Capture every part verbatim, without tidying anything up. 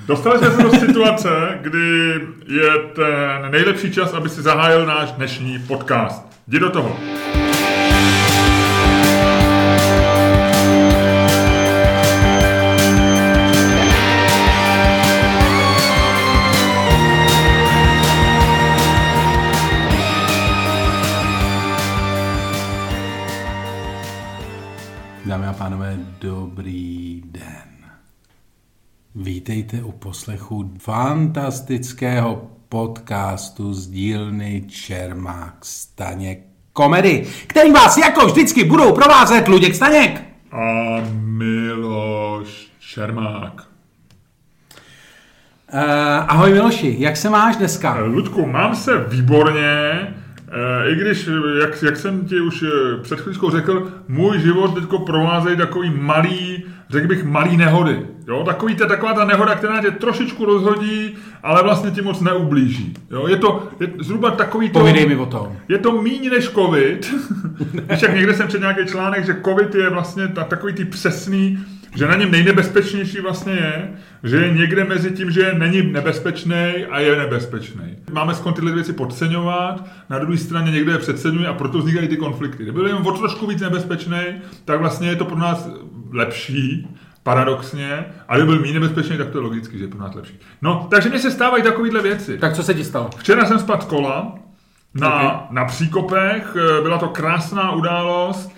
Dostali jsme se do situace, kdy je ten nejlepší čas, aby si zahájil náš dnešní podcast. Jdi do toho. Dámy a pánové, dobrý den. Vítejte u poslechu fantastického podcastu z dílny Čermák Staněk Komedy, který vás jako vždycky budou provázet Luděk Staněk a Miloš Čermák. Uh, ahoj Miloši, jak se máš dneska? Ludku, mám se výborně. I když, jak, jak jsem ti už před chvíličkou řekl, můj život teďko provázejí takový malý, řekl bych malý nehody. Jo? Takový ta, taková ta nehoda, která tě trošičku rozhodí, ale vlastně ti moc neublíží. Jo? Je to je zhruba takový to... Povídej mi o tom. Je to míň než covid. Víš, jak někde jsem četl nějaký článek, že covid je vlastně ta, takový ty přesný, že na něm nejnebezpečnější vlastně je, že je někde mezi tím, že není nebezpečný a je nebezpečný. Máme skon tyhle věci podceňovat, na druhé straně někdo je přeceňuje a proto vznikají ty konflikty. Kdyby byl jen o trošku víc nebezpečný, tak vlastně je to pro nás lepší, paradoxně, a kdyby byl méně nebezpečný, tak to je logicky, že je pro nás lepší. No, takže mně se stávají takovýhle věci. Tak co se ti stalo? Včera jsem spadl kola na, okay. na Příkopech, byla to krásná událost.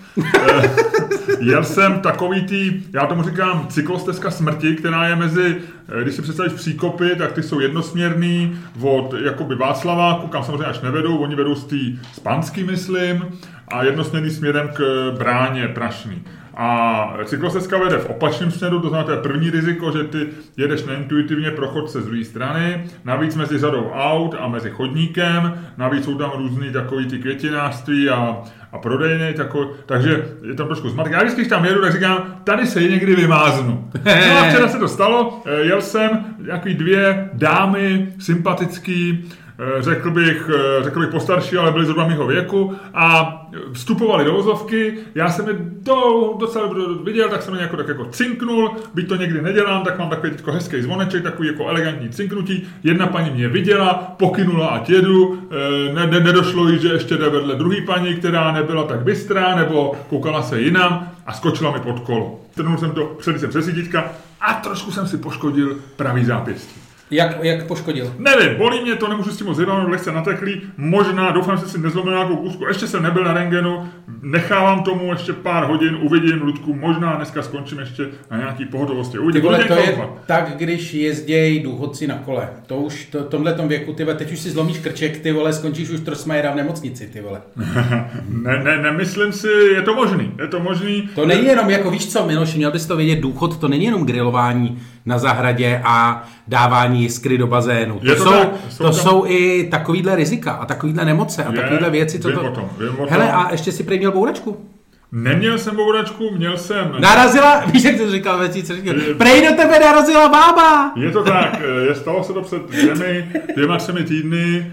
Jel jsem takový tý, já tomu říkám cyklostezka smrti, která je mezi, když si představíš Příkopy, tak ty jsou jednosměrný od jakoby Václaváku, kam samozřejmě až nevedou, oni vedou z tý Spanský, myslím, a jednosměrný směrem k bráně Prašný. A cyklostezka vede v opačném směru, to znamená, to je první riziko, že ty jedeš neintuitivně pro chodce z druhé strany, navíc mezi řadou aut a mezi chodníkem, navíc jsou tam různý takový ty květinářství a, a prodejny, tako, takže je tam trošku zmatek. Já vždycky, když tam jedu, tak říkám, tady se někdy vymáznu. No a včera se to stalo, jel jsem nějaký dvě dámy sympatický, řekl bych, řekl bych postarší, ale byli zhruba mýho věku a vstupovali do vozovky, já jsem je do, docela viděl, tak jsem je jako, tak jako cinknul, byť to někdy nedělám, tak mám takový teďko hezký zvoneček, takový jako elegantní cinknutí, jedna paní mě viděla, pokynula ať jedu, ne, ne, nedošlo jí, že ještě jde vedle druhý paní, která nebyla tak bystrá, nebo koukala se jinam a skočila mi pod kolo. Trnul jsem to, předl jsem přes sítítka a trošku jsem si poškodil pravý zápěstí. Jak, jak poškodil? Nevím, bolí mě to, nemůžu s tím moc jednat, lehce nateklý, možná, doufám, že si nezlomil nějakou kůzku, ještě jsem nebyl na rentgenu, nechávám tomu ještě pár hodin, uvidím, Ludku, možná dneska skončím ještě na nějaký pohotovosti. Uvidím, ty vole, to je tak, když jezdějí důchodci na kole, to už, to, tomhletom věku, ty vole, teď už si zlomíš krček, ty vole, skončíš už Trosmajera v nemocnici, ty vole. ne, ne, nemyslím si, je to možný, je to možný. To není jenom, jako víš co, Miloši, měl bys to vědět, důchod, to není jenom grilování na zahradě a dávání jiskry do bazénu. To, to, jsou, tak, jsou, to tam... jsou i takovýhle rizika a takovýhle nemoce a je, takovýhle věci. Co to... Tom, Hele, a ještě si prý měl bouračku. Neměl jsem bouračku, měl jsem... Narazila, víš, jak jsi říkal, věcí, co říkal, prej do tebe narazila bába. Je to tak, je, stalo se to před dvěmi, dvěma, třemi týdny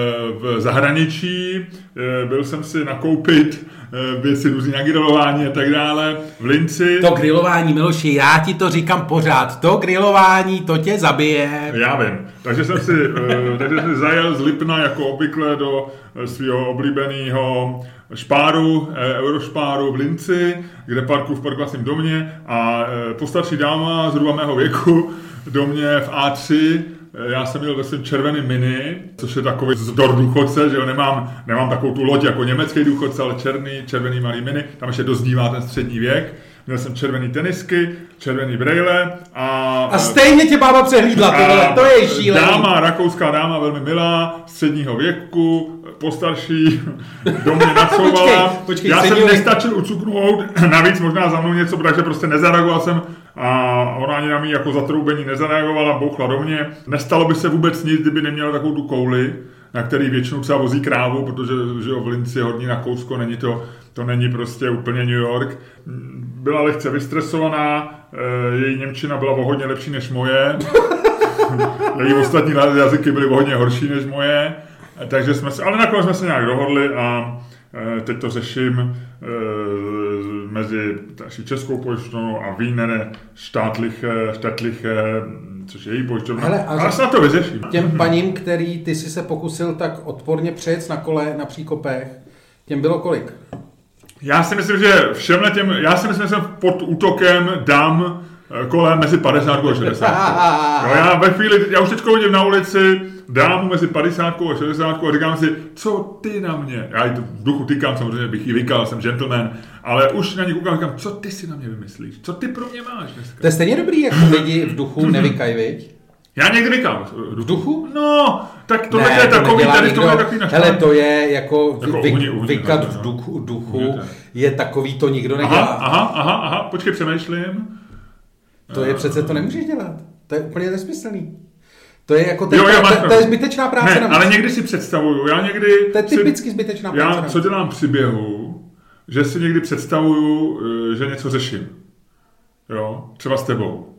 v zahraničí, byl jsem si nakoupit věci, různý na grilování a tak dále, v Linci. To grilování, Miloši, já ti to říkám pořád, to grilování, to tě zabije. Já vím, takže jsem si, takže jsem si zajel z Lipna jako obvykle do svého oblíbeného špáru, eurošpáru v Linci, kde parkuju v parkovacím domě a postarší dáma zhruba mého věku do mě v á tři. Já jsem měl ve svém červeným Mini, což je takový vzdor důchodce, že jo, nemám, nemám takovou tu loď jako německý důchodce, ale černý, červený malý Mini, tam ještě dost dívá ten střední věk. Měl jsem červený tenisky, červený brejle a... A stejně tě bába přehlídla, tohle, to je šílený. Dáma, rakouská dáma, velmi milá, středního věku, postarší, do mě nadsouvala. Počkej, počkej, já jsem nestačil ucuknout, navíc možná za mnou něco, protože prostě nezareagoval jsem a ona ani na mě jako zatroubení nezareagovala, bouchla do mě. Nestalo by se vůbec nic, kdyby neměla takovou tu kouli, na který většinou třeba vozí krávu, protože že jo, v Linci horní Rakousko, není to, to není prostě úplně New York. Byla lehce vystresovaná, její němčina byla o hodně lepší než moje, její ostatní jazyky byly o hodně horší než moje, takže jsme se, ale nakonec jsme se nějak dohodli a teď to řeším mezi naší českou pojišťovnou a Wiener Staatliche, Staatliche, což je její pojišťovna. Ale, ale se na to vyřeším. Těm paním, který ty si se pokusil tak odporně přejet na kole na příkopech, těm bylo kolik? Já si myslím, že všemhle těm, já si myslím, že jsem pod útokem dám kolem mezi padesát a šedesát. Jo, já ve chvíli, já už teďko vidím na ulici dámu mezi padesát a šedesát a říkám si, co ty na mě? Já ji v duchu tykám, samozřejmě bych ji vykal, jsem gentleman, ale už na ní koukám, říkám, co ty si na mě vymyslíš? Co ty pro mě máš dneska? To je stejně dobrý, jako lidi v duchu nevykají, viď? Já někdy vykám. V duchu? No, tak tohle ne, je takový, tady to je takový naštvání. Hele, to je jako, jako vy, uvnitř, uvnitř, vykat uvnitř, v duchu, duchu je takový, to nikdo nedělá. Aha, aha, aha, aha, počkej, přemýšlím. To je přece, to nemůžeš dělat. To je úplně nesmyslný. To je jako ten, jo, to, to, to je zbytečná práce. Ne, na ale někdy si představuju, já někdy... To je typicky si, zbytečná práce. Já, co dělám při běhu, že si někdy představuju, že něco řeším. Jo, třeba s tebou.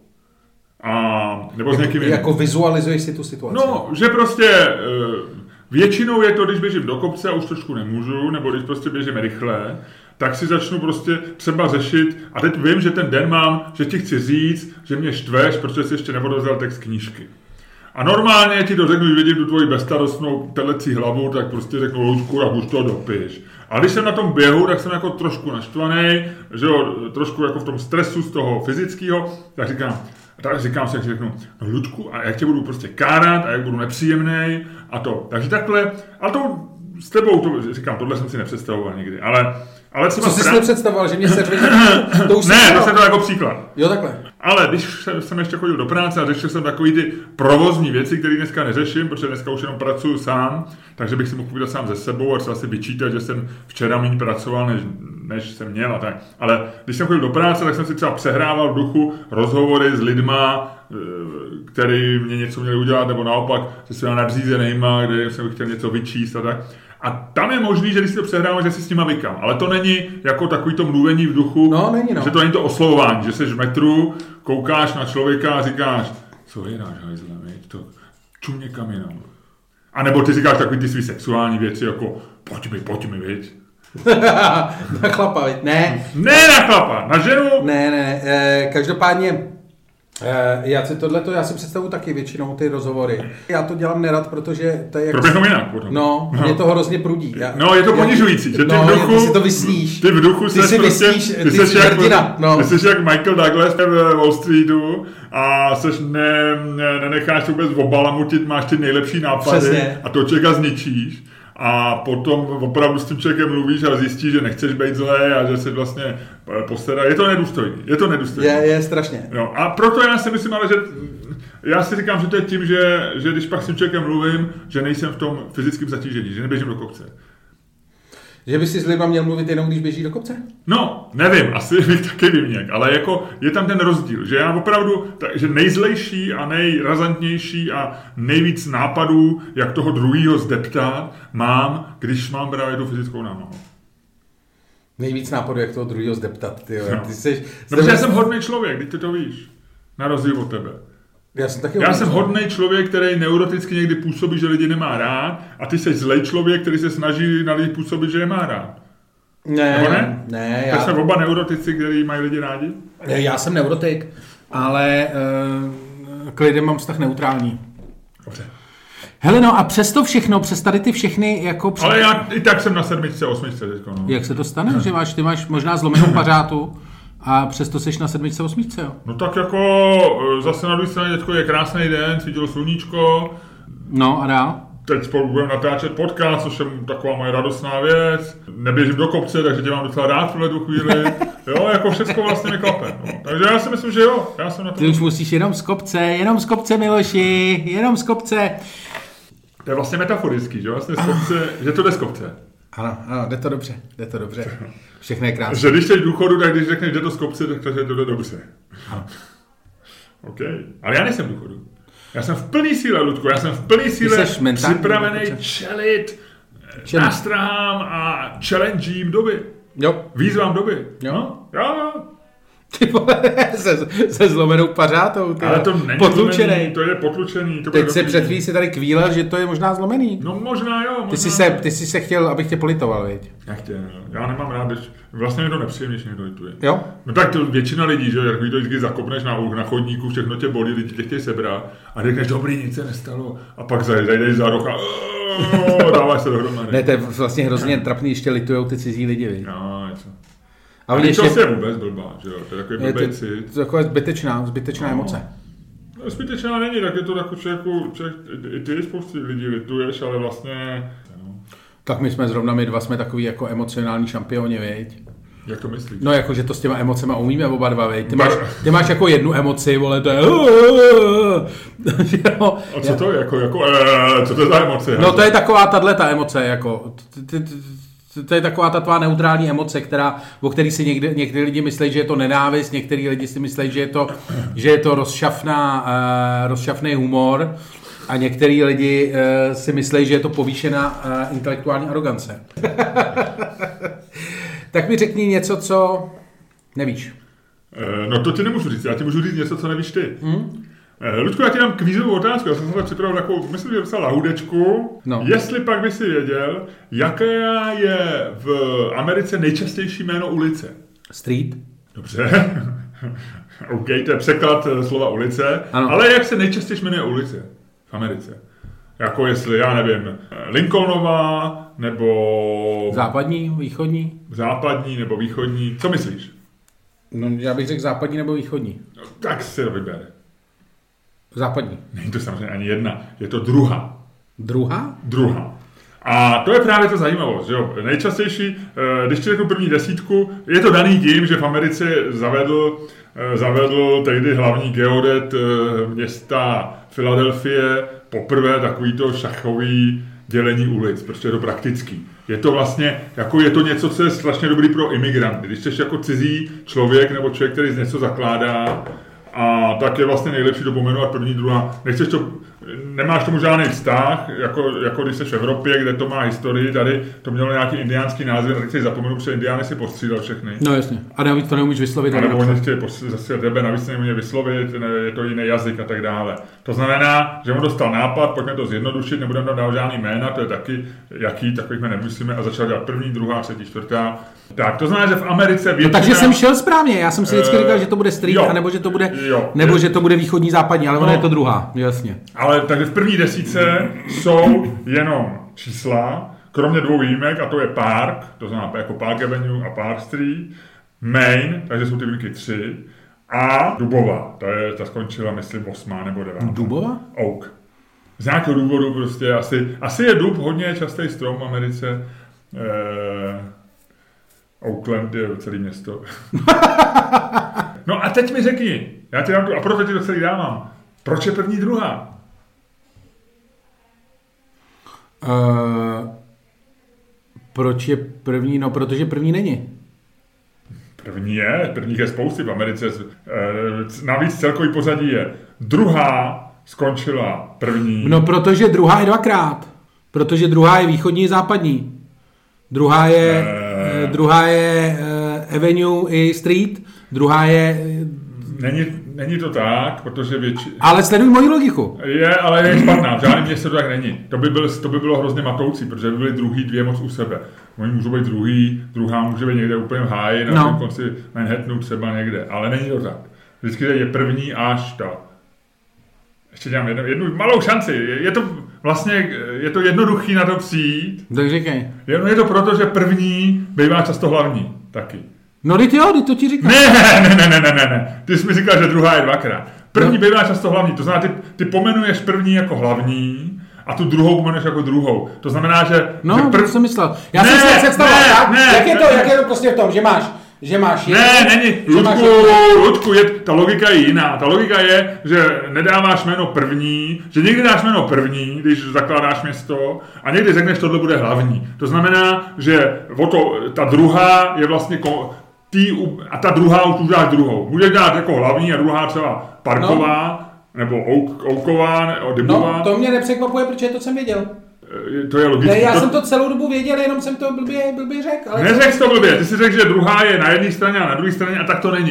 A, nebo s někým jiným. Jako vizualizuješ si tu situaci. No, že prostě většinou je to, když běžím do kopce a už trošku nemůžu, nebo když prostě běžím rychle, tak si začnu prostě třeba řešit, a teď vím, že ten den mám, že ti chci říct, že mě štveš, protože jsi ještě neodevzdal text knížky. A normálně ti to řeknu, když vidím tu tvoji bezstarostnou telecí hlavu, tak prostě řeknu, Luďku, tak už to dopiš. A když jsem na tom běhu, tak jsem jako trošku naštvaný, že jo, trošku jako v tom stresu z toho fyzického, tak říkám, tak říkám si, jak si řeknu, no Luďku, a jak tě budu prostě kárat, a jak budu nepříjemnej, a to. Takže takhle, a to s tebou, to, říkám, tohle jsem si nepředstavoval nikdy, ale... ale třeba co jsi si nepředstavoval, že mě se řveří? To už ne, to jsem to jako příklad. Jo, takhle. Ale když jsem ještě chodil do práce a řešil jsem takový ty provozní věci, které dneska neřeším, protože dneska už jenom pracuju sám, takže bych si mohl povídat sám ze sebou a třeba si vyčítat, že jsem včera méně pracoval, než, než jsem měl a tak. Ale když jsem chodil do práce, tak jsem si třeba přehrával v duchu rozhovory s lidma, který mě něco měli udělat, nebo naopak se svýma nadřízenýma, kde jsem chtěl něco vyčíst a tak. A tam je možný, že když si to přehráváš, že si s nima vykám. Ale to není jako takový to mluvení v duchu, no, není, no. Že to není to oslovování, že jsi v metru, koukáš na člověka a říkáš, co je náš hajzle, to čum někam jinam. A nebo ty říkáš takový ty svý sexuální věci, jako pojď mi, pojď mi, viď. Na chlapa, viď? Ne. Ne na chlapa, na ženu. Ne, ne, e, každopádně já si tohleto, já si představuji taky většinou ty rozhovory. Já to dělám nerad, protože to je jak... Proběhnou jinak potom. No, no, mě to hrozně prudí. Já, no, je to ponižující, že ty no, v duchu... ty si to vysníš. Ty v duchu ty si prostě, vysníš, ty, ty, ty jsi hrdina. No. Ty jsi jak Michael Douglas v Wall Streetu a seš ne, ne, nenecháš se vůbec obalamutit, máš ty nejlepší nápady. Přesně. A to člověka zničíš. A potom opravdu s tím člověkem mluvíš a zjistíš, že nechceš být zlé a že se vlastně postará. Je to nedůstojný. Je to nedůstojný. Je, je strašně. No, a proto já si myslím, ale že já si říkám, že to je tím, že, že když pak s tím člověkem mluvím, že nejsem v tom fyzickém zatížení, že neběžím do kopce. Že by si s lidma měl mluvit jenom, když běží do kopce? No, nevím, asi bych taky vím nějak, ale jako je tam ten rozdíl, že já opravdu, tak, že nejzlejší a nejrazantnější a nejvíc nápadů, jak toho druhýho zdeptat, mám, když mám právě tu fyzickou námahu. Nejvíc nápadů, jak toho druhýho zdeptat, ty jo. No. Ty jsi, no, protože já jsem hodný člověk, když ty to víš, na rozdíl od tebe. Já jsem, taky já jsem hodný člověk, který neuroticky někdy působí, že lidi nemá rád, a ty jsi zlej člověk, který se snaží na lidi působit, že je má rád. Ne, nebo ne? ne. Já... jsme oba neurotici, který mají lidi rádi? Já jsem neurotik, ale uh, k lidem mám vztah neutrální. Dobře. Hele, no a přes to všechno, přes tady ty všechny jako... Před... Ale já i tak jsem na sedmičce, osmičce teďko, no. Jak se to stane, ne. že máš, ty máš možná zlomenou pařátu a přesto seš na sedmičce, osmičce, jo? No tak jako zase na druhé straně teďko je krásný den, svítilo sluníčko. No a dál? Teď spolu budeme natáčet podcast, což je taková moje radostná věc. Neběžím do kopce, takže tě mám docela rád v tuhle chvíli. Jo, jako všechno vlastně mi klape. No. Takže já si myslím, že jo. Já jsem na to... Ty už musíš jenom z kopce, jenom z kopce, Miloši, jenom z kopce. To je vlastně metaforický, že vlastně z kopce, že to jde z kopce. Ano, ano, jde to dobře, jde to dobře. Všechno je krásné. Že když jsi v důchodu, tak když řekneš, jde to z kopce, tak to, že to jde dobře. OK. Ale já nejsem v důchodu. Já jsem v plný síle, Ludku, já jsem v plný síle připravený čelit nástrahám a challengím doby. Jo. Výzvám doby. Jo. No? Jo. Ty vole, se, se zlomenou pařátou. Ty, ale to není potlučený. Zlomený, to je potlučený. To teď se před chvílí si tady kvílel, že to je možná zlomený. No možná jo. Možná. Ty, jsi se, ty jsi se chtěl, abych tě politoval, viď? Jak tě, já nemám rád, když vlastně mě to nepříjemně, když někdo lituje. Jo? No tak to většina lidí, že jak to vždycky zakopneš na, na chodníku, všechno tě bolí, lidi tě chtějí sebrat a řekneš, dobrý, nic se nestalo. A pak zajdeš za roh a dáváš se dohromady. Ne, to je vlastně hrozně trapný, ještě litujou ty cizí lidi, viď? No, něco. A to ještě... je vůbec blbá, že jo? To je takový blbý cit. To je taková zbytečná, zbytečná no. emoce. No, zbytečná není, tak je to takový člověku, člověk, i ty spousty lidí lituješ, ale vlastně... No. Tak my jsme zrovna, my dva jsme takový jako emocionální šampioni, viď? Jak to myslíš? No jako, že to s těma emocema umíme oba dva, viď? Ty máš, ty máš jako jednu emoci, vole, to je... A co to je? Jako, jako, ee, co to je za emoce? No to je taková tato emoce, jako... To je taková ta tvá neutrální emoce, která, o který si někdy, některý lidi myslí, že je to nenávist, některý lidi si myslí, že je to, že je to rozšafná, uh, rozšafný humor a některý lidi uh, si myslí, že je to povýšená uh, intelektuální arogance. Tak mi řekni něco, co nevíš. No to ti nemůžu říct, já ti můžu říct něco, co nevíš ty. Hmm? Luďku, já ti dám kvízovou otázku, já jsem se připravil takovou, myslím, že psal lahůdečku, no. Jestli pak by si věděl, jaké je v Americe nejčastější jméno ulice. Street. Dobře, OK, to je překlad slova ulice, ano. Ale jak se nejčastěji jmenuje ulice v Americe? Jako jestli, já nevím, Lincolnová, nebo... Západní, východní? Západní nebo východní, co myslíš? No, já bych řekl západní nebo východní. No, tak si to vybere. Západní. Není to samozřejmě ani jedna, je to druhá. Druhá? Druhá. A to je právě to zajímavost, že jo. Nejčastější, když ti řeknu první desítku, je to daný tím, že v Americe zavedl, zavedl tehdy hlavní geodet města Filadelfie poprvé takovýto šachový dělení ulic, protože je to praktický. Je to vlastně, jako je to něco, co je strašně dobrý pro imigranty. Když jsi jako cizí člověk nebo člověk, který z něco zakládá, a tak je vlastně nejlepší to pomenovat první, druhá. Nechceš to, nemáš tomu žádný vztah, jako, jako když jsi v Evropě, kde to má historii, tady to mělo nějaký indiánský název, tak chceš zapomenout, protože indiány si postřídal všechny. No jasně, a navíc to neumíš vyslovit. A nebo oni chtějí zase tebe, navíc neumí vyslovit, je to jiný jazyk a tak dále. To znamená, že on dostal nápad, pojďme to zjednodušit, nebudeme tam dát žádný jména, to je taky, jaký, takových jmén nemyslíme, a začal dělat první, druhá, třetí, čtvrtá. Tak, to znamená, že v Americe většina... No, takže jsem šel správně, já jsem si vždycky říkal, že to bude street, jo, anebo že to bude, jo, nebo je, že to bude východní, západní, ale no, ono je to druhá, jasně. Ale takže v první desíce jsou jenom čísla, kromě dvou výjimek, a to je Park, to znamená jako Park Avenue a Park Street, Main, takže jsou ty výjimky tři, a Dubová, ta, je, ta skončila, myslím, osmá nebo devátá. Dubová? Oak. Z nějakého důvodu prostě asi, asi je dub hodně častý strom v Americe. Eh, Oakland je celé město. No a teď mi řekni, já ti dám tu, a proto ti to celý dávám, proč je první, druhá? Uh, proč je první? No, protože první není. První je, prvních je spousty v Americe. Navíc celkový pořadí je druhá skončila první. No, protože druhá je dvakrát. Protože druhá je východní, západní. Druhá je, e... druhá je uh, Avenue i Street. Druhá je... Není, není to tak, protože většinou... Ale sleduj moji logiku. Je, ale je špatná. V žádném městě to tak není. To by, byl, to by bylo hrozně matoucí, protože by byly druhý dvě moc u sebe. Oni můžou být druhý, druhá může být někde úplně v háji, na no. konci Manhattanu třeba někde, ale není to tak. Vždycky je první až ta. Ještě dělám jednu, jednu malou šanci. Je, je to vlastně, je to jednoduchý na to přijít. Tak říkej. Jenom je to proto, že první bývá často hlavní taky. No ty jo, ty to ti říkám. Ne, ne, ne, ne, ne, ne. Ty jsi mi říkal, že druhá je dvakrát. První no. bývá často hlavní, to znamená, ty, ty pomenuješ první jako hlavní a tu druhou pomenuješ jako druhou. To znamená, že... No, že prv... to jsem myslel. Já ne, jsem si představil, ne, tak? Ne, jak, je to, ne, jak je to prostě v tom, že máš, že máš jedno, ne, není, Ludku, Ludku, je, ta logika je jiná. Ta logika je, že nedáváš jméno první, že někdy dáš jméno první, když zakládáš město, a někdy řekneš, tohle bude hlavní. To znamená, že o to, ta druhá je vlastně... Ko, Tý, a ta druhá už dáš druhou. Můžeš dát jako hlavní a druhá třeba Parková, no. nebo Ouk, Ouková, nebo Dybová. No, to mě nepřekvapuje, protože to jsem věděl. To je logické. Ne, já to... jsem to celou dobu věděl, jenom jsem to blbě, blbě řekl. Ale Neřekl to blbě, ty si řekl, že druhá je na jedné straně a na druhé straně a tak to není.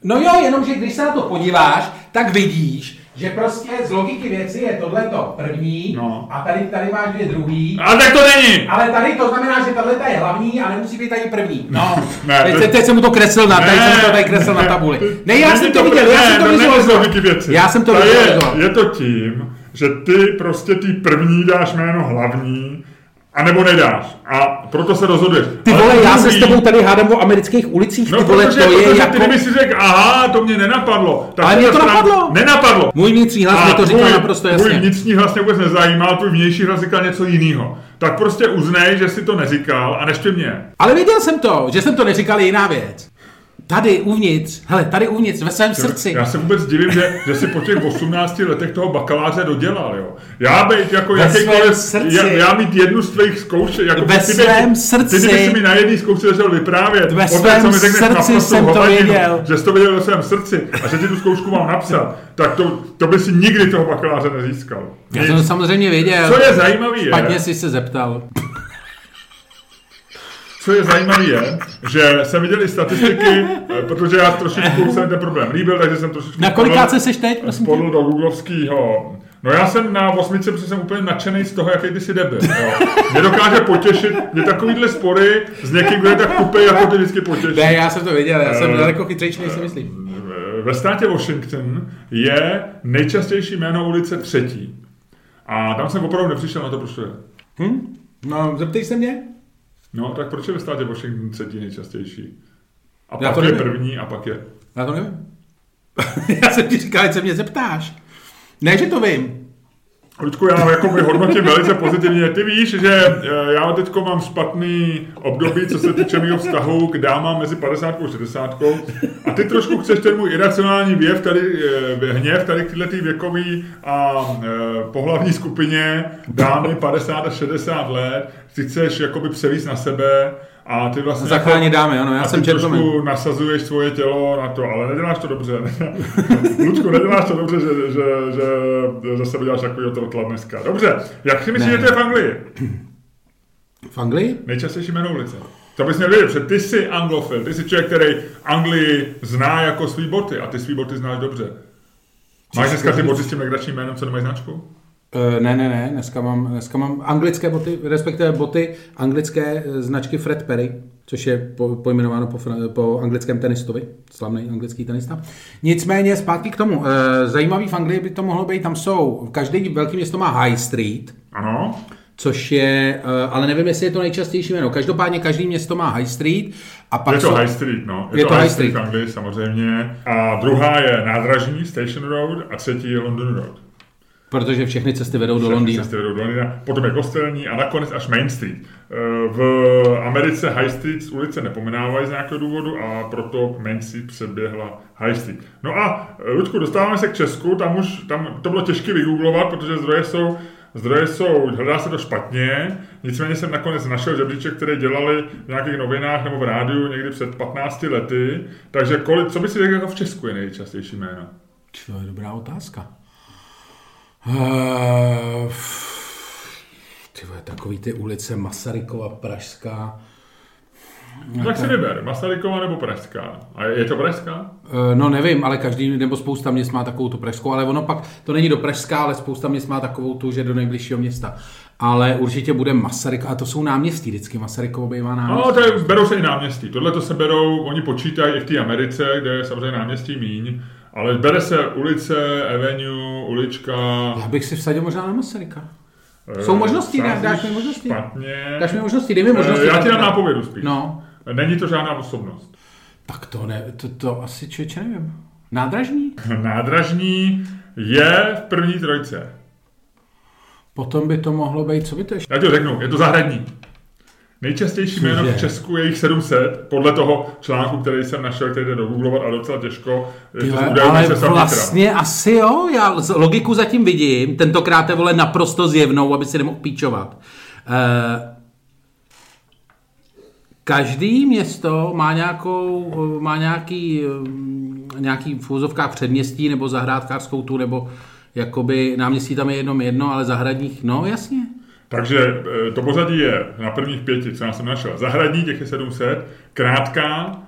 No jo, jenomže když se na to podíváš, tak vidíš, že prostě z logiky věci je tohleto první no. a tady, tady máš dvě druhý. Ale tak to není! Ale tady to znamená, že tahle je hlavní a nemusí být ani první. No, ne, teď, to... teď jsem mu to kreslil na, teď jsem to tady kreslil ne, na tabuli. Ne, já jsem to viděl, já jsem to vizualizoval. Já jsem to vizualizoval. Je to tím, že ty prostě ty první dáš jméno hlavní, a nebo nedáš. A proto se rozhoduješ. Ty vole, já druhý... se s tebou tady hádám o amerických ulicích. No, ty vole, protože, to je protože jako... ty kdyby si řekl, aha, to mě nenapadlo. Tak ale mě to stran... napadlo. Nenapadlo. Můj vnitřní hlas mě to říkal naprosto jasně. Můj vnitřní hlas mě vůbec nezajímal, tvůj vnější hlas říkal něco jiného. Tak prostě uznej, že si to neříkal a neště mě. Ale věděl jsem to, že jsem to neříkal, je jiná věc. Tady uvnitř, hele, tady uvnitř, ve svém srdci. Já se vůbec divím, že, že si po těch osmnácti letech toho bakaláře dodělal, jo. Já být jako ve jakýkoliv, já, já mít jednu z tvých zkoušek, jako ve ty svém by, srdci. Ty by si mi na jedné zkoušce začal vyprávět. Ve svém Poté, srdci jsem to věděl. Že jsi to věděl ve svém srdci a že ti tu zkoušku mám napsat, tak to, to by si nikdy toho bakaláře nezískal. Já jsem to samozřejmě věděl. Co je zajímavý je... Špatně jsi se zeptal. Co je zajímavé je, že jsem viděl i statistiky, protože já trošičku jsem ten problém líbil, takže jsem trošičku... Na kolikáce seš teď, prosím tě? Podl do googlovskýho. No já jsem na osmice, protože jsem úplně nadšený z toho, jaký ty jsi debil. Jo. Mě dokáže potěšit, mě takovýhle spory s někým, kdo je tak tupej, jako ty vždycky potěší. Ne, já jsem to věděl, já jsem daleko chytřejší, než si myslím. Ve státě Washington je nejčastější jméno ulice třetí. A tam jsem opravdu nepřišel na to, proč to je. Hm? No, zeptej se mě. No, tak proč je ve státě Washington třetí nejčastější? A pak je první a pak je... Já to nevím. Já jsem ti říkal, že se mě zeptáš. Ne, že to vím. Ludku, já jako by hodnotím velice pozitivně. Ty víš, že já teďko mám špatný období, co se týče mého vztahu k dámám mezi padesátkou a šedesátkou. A ty trošku chceš ten můj iracionální věv, tady, hněv tady k této věkový a pohlavní skupině dámy padesát až šedesát let, ty chceš jakoby převíst na sebe a ty vlastně... Zachránit dámy, ano, já jsem gentleman. A ty trošku nasazuješ svoje tělo na to, ale neděláš to dobře. Ludku, neděláš to dobře, že, že, že, že zase děláš takovýho trotla dneska. Dobře, jak si myslíš, že to je v Anglii? V Anglii? Nejčastější jméno ulice. To bys měl vědět, protože ty jsi anglofil, ty jsi člověk, který Anglii zná jako svý boty a ty svý boty znáš dobře. Máš dneska ty boty s tím legračním jménem, co nemají značku? Uh, ne, ne, ne, dneska mám, dneska mám anglické boty, respektive boty anglické značky Fred Perry, což je po, pojmenováno po, po anglickém tenistovi, slavný anglický tenista. Nicméně zpátky k tomu, uh, zajímavý v Anglii by to mohlo být, tam jsou, každý velký město má High Street. Ano. Což je, uh, ale nevím, jestli je to nejčastější jméno. Každopádně každý město má High Street. A pak je to jsou... High Street, no. Je, je to, to High High Street, Street v Anglii samozřejmě. A druhá je nádražní, Station Road, a třetí je London Road. Protože všechny cesty vedou všechny do Londýna. cesty vedou do Londýna, potom je Kostelní a nakonec až Main Street. V Americe High Street z ulice nepomenávají z nějakého důvodu a proto Main Street přeběhla High Street. No a Ludku, dostáváme se k Česku, tam už tam to bylo těžké vygooglovat, protože zdroje jsou Zdroje jsou, hledá se to špatně, nicméně jsem nakonec našel žebříček, který dělali v nějakých novinách nebo v rádiu někdy před patnácti lety, takže kolik, co by si řekl, jako v Česku je nejčastější jméno? To je dobrá otázka. Uh, ty vole, takový ty ulice Masarykova, Pražská. No, tak si vyber, Masarykova nebo Pražská. A je to Pražská? Uh, no nevím, ale každý nebo spousta měst má takovou tu Pražskou, ale ono pak, to není do Pražská, ale spousta měst má takovou tu, že do nejbližšího města. Ale určitě bude Masaryk, a to jsou náměstí vždycky, Masarykovo bývá náměstí. No, to je, berou se i náměstí. Tohle to se berou, oni počítají i v té Americe, kde je samozřejmě náměstí míň. Ale bere se ulice, avenue, ulička... Já bych si vsadil možná na Masaryka. Jsou možnosti, ne? Dáš mi možnosti. Špatně. Dáš mi možnosti, dej mi možnosti. Já ti dám nápovědu spíš. No. Není to žádná osobnost. Tak to ne, to, to asi člověče nevím. Nádražní? Nádražní je v první trojce. Potom by to mohlo být, co by to ještě? Já ti to řeknu, je to zahradní. Nejčastější jméno v Česku je jich sedm set, podle toho článku, který jsem našel, který jde dogooglovat a docela těžko. Tyhle, ale vlastně asi jo, já logiku zatím vidím, tentokrát je vole naprosto zjevnou, aby si nemohl píčovat. Uh, každý město má nějakou, má nějaký, nějaký v úzovkách předměstí nebo zahrádkářskou tu, nebo jakoby náměstí tam je jednom jedno, ale zahradních, no jasně. Takže to pořadí je na prvních pěti, co já jsem našel. Zahradní, těch je sedm set, krátká,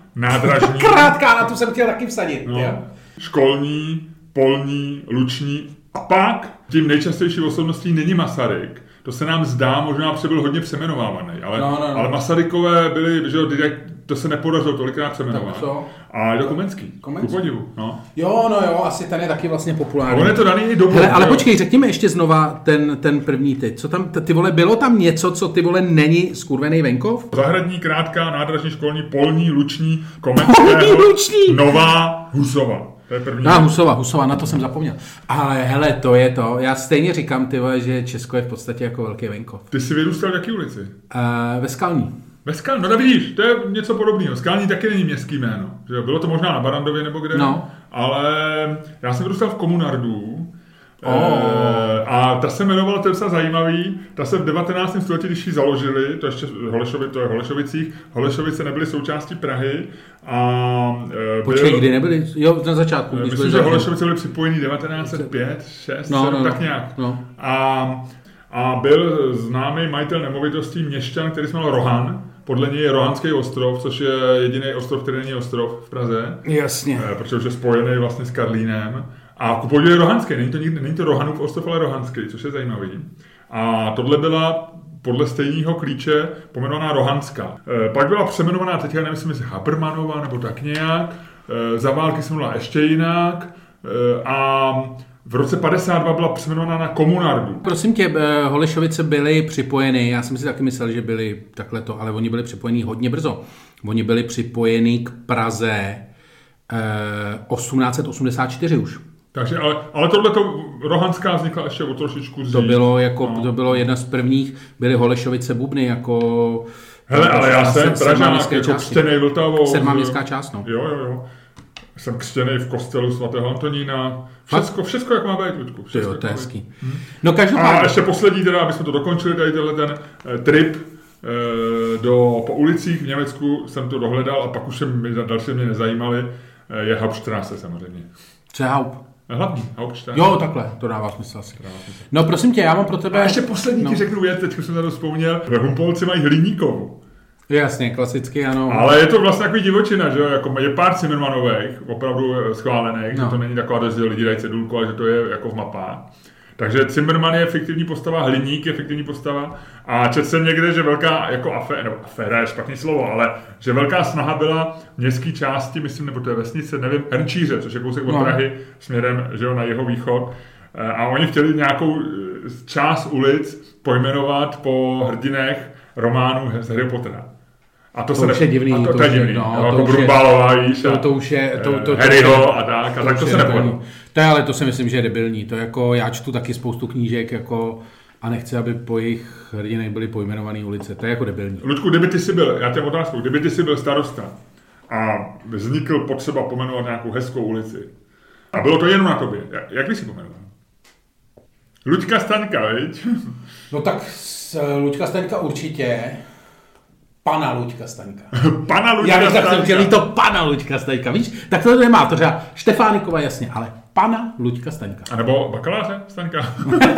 nádražní. Krátká, na tu jsem chtěl taky vsadit. No, školní, polní, luční. A pak tím nejčastější osobností není Masaryk. To se nám zdá, možná protože byl hodně přeměnovávaný, ale, no, no, no. ale Masarykové byli, že to se nepodařilo tolikrát přeměnovat. A je to Komenský. Komenský. Ku podivu, no. Jo, no jo, asi ten je taky vlastně populární. On je to daný i dobou. Hele, ale jo. Počkej, řekněme ještě znova ten, ten první ty. Co tam, ty vole, bylo tam něco, co ty vole není skurvený venkov? Zahradní, krátká, nádražní, školní, polní, luční, Komenského, luční. Nová, Husova. To je první. No, Husova, Husova, na to jsem zapomněl. Ale hele, to je to. Já stejně říkám, ty vole, že Česko je v podstatě jako velký venkov. Ty jsi vyrůstal v jaký ulici? Uh, ve Skalní. Ve Skalní, no vidíš, to je něco podobného. Skalní taky není městský jméno. Že bylo to možná na Barandově nebo kde, no. Ale já jsem vyrůstal v Komunardu. Oh. E, a ta se jmenovala, to je docela zajímavý, ta se v devatenáctém století, když ji založili, to ještě Holešovi, to je v Holešovicích, Holešovice nebyly součástí Prahy a... E, Počkej, kdy nebyly? Jo, na začátku. E, myslím, že Holešovice byly připojení devatenáct set pět, šest, no, sedm, no, tak nějak. No. A, a byl známý majitel nemovitostí měšťan, který se jmenoval Rohan. Podle něj je Rohanský ostrov, což je jediný ostrov, který není ostrov v Praze. Jasně. E, protože už je spojený vlastně s Karlínem. A ku podivu je Rohanský, není to, nikdy, není to Rohanův ostrov, ale Rohanský, což je zajímavý. A tohle byla podle stejného klíče pomenovaná Rohanská. E, pak byla přeměnovaná, teďka nevím, jestli Habermanová nebo tak nějak, e, za války se mluvila ještě jinak e, a v roce padesát dva byla přeměnovaná na Komunardu. Prosím tě, Holešovice byly připojeny, já jsem si taky myslel, že byly takhle to, ale oni byli připojení hodně brzo. Oni byli připojení k Praze e, osmnáct set osmdesát čtyři už. Takže, ale, ale tohleto Rohanská vznikla ještě o trošičku dřív. To bylo, jako, no. to bylo jedna z prvních, byly Holešovice Bubny, jako... Hele, ale já jsem Pražák, jako křtěnej Vltavou. Sedmá městská část, no. Jo, jo, jo. Jsem křtěnej v kostelu svatého Antonína. Všecko, všecko jak má být, Ludku. Jo, to je hezký. Hmm. No každopádně... A ještě poslední, teda, abychom to dokončili, tady tenhle ten eh, trip eh, do, po ulicích v Německu jsem to dohledal a pak už jsem, další mě nezajímali, eh, je Hauptstraße samozřejmě. Co je Haupt? Hlavní, Hauptstraße. Jo, takhle, to dává smysl asi. Dává smysl. No prosím tě, já mám pro tebe... A ještě poslední no. ti řeknu věc, teď jsem to vzpomněl, ve Humpolci mají Hliníkovu. Jasně, klasicky, ano. Ale je to vlastně takový divočina, že jo, jako je pár Zimmermanových, opravdu schválených, no. Že to není taková, že lidi dají cedulku, ale že to je jako v mapách. Takže Zimmerman je fiktivní postava, Hliník je fiktivní postava a četl jsem někde, že velká, jako aféra, nebo aféra je špatný slovo, ale že velká snaha byla v městské části, myslím, nebo to je vesnice, nevím, Hrnčíře, což je kousek od no. Prahy, směrem, že jo, na jeho východ. A oni chtěli nějakou část ulic pojmenovat po hrdinech románů z Harry Pottera. A to, to se už ne... je divný. A to, to, to je divný. No, no, jako Brumbálová, víš. To, to už je... To, to, Harryho a tak. A to tak to se nepovedlo. To je, ale to si myslím, že je debilní. To jako, já čtu taky spoustu knížek jako, a nechci, aby po jejich hrdinech byly pojmenované ulice. To je jako debilní. Ludku, kdyby ty jsi byl, já tě otázku, kdyby ty jsi byl starosta a vznikl potřeba pomenovat nějakou hezkou ulici a bylo to jenom na tobě, jak bys si pomenoval? Luďka Staňka, viď? No tak Luďka Staňka určitě. Pana Luďka Staňka. Pana Luďka Já bych Staňka. tak chtěl to pana Luďka Staňka, víš? Tak to nemá, to třeba Štefánikova jasně, ale pana Luďka Staňka. A nebo bakaláře Staňka.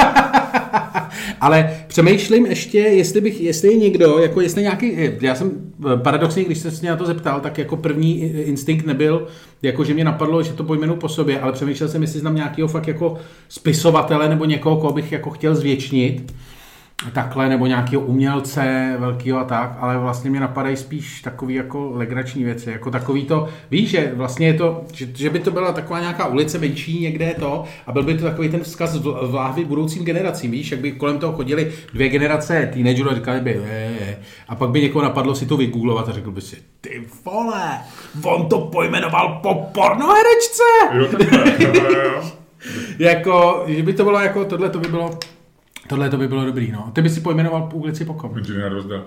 Ale přemýšlím ještě, jestli bych, jestli je někdo, jako jestli nějaký, já jsem paradoxně, když se mě na to zeptal, tak jako první instinkt nebyl, jako že mě napadlo, že to pojmenu po sobě, ale přemýšlel jsem, jestli znám nějakého fakt jako spisovatele nebo někoho, koho bych jako chtěl zvětšnit. Takhle, nebo nějakého umělce velkého a tak, ale vlastně mě napadají spíš takový jako legrační věci, jako takový to, víš, že vlastně je to, že, že by to byla taková nějaká ulice menší někde to a byl by to takový ten vzkaz v láhvi budoucím generacím, víš, jak by kolem toho chodili dvě generace teenagerů a říkali by je, je, a pak by někoho napadlo si to vygooglovat a řekl by si, ty vole, on to pojmenoval po pornoherečce! Jo, takhle, jo, jo. Jako, že by to bylo jako, tohle to by bylo Tohle to by bylo dobrý, no. Ty by si pojmenoval ulici po kom? Inženýra Drozda.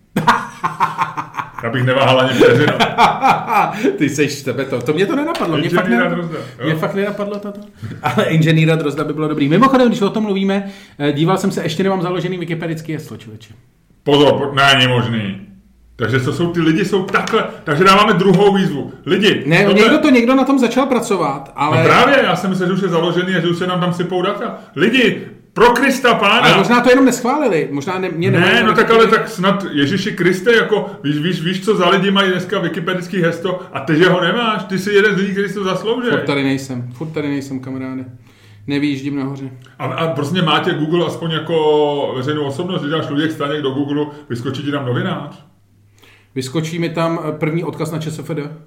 Já bych neváhal ani vteřinu. Ty seš tebe to. To mě to nenapadlo. Mě fakt, ne, Drozda, mě fakt nenapadlo toto. Ale inženýra Drozda by bylo dobrý. Mimochodem, když o tom mluvíme, díval jsem se, ještě nemám založený wikipedický jeslo, člověče. Pozor, není možný. Takže to jsou, ty lidi jsou takhle, takže dáváme druhou výzvu. Lidi. Ne, tohle... někdo to někdo na tom začal pracovat, ale... No právě, já jsem myslel, že už je založený a že už se nám tam sypou data. Lidi, Pro Krista pána. Ale možná to jenom neschválili. Možná ne, mě ne, no tak ale tak snad Ježíši Kriste, jako víš, víš, víš, co za lidi mají dneska wikipedický heslo a ty, že ho nemáš, ty jsi jeden z lidí, který si to zaslouží. Furt tady nejsem, furt tady nejsem, kamaráde. Nevyjíždím nahoře. A, a prostě máte Google aspoň jako veřejnou osobnost, když dáš Luděk Staněk do Google, vyskočí ti tam novinář? Vyskočí mi tam první odkaz na ČSFD.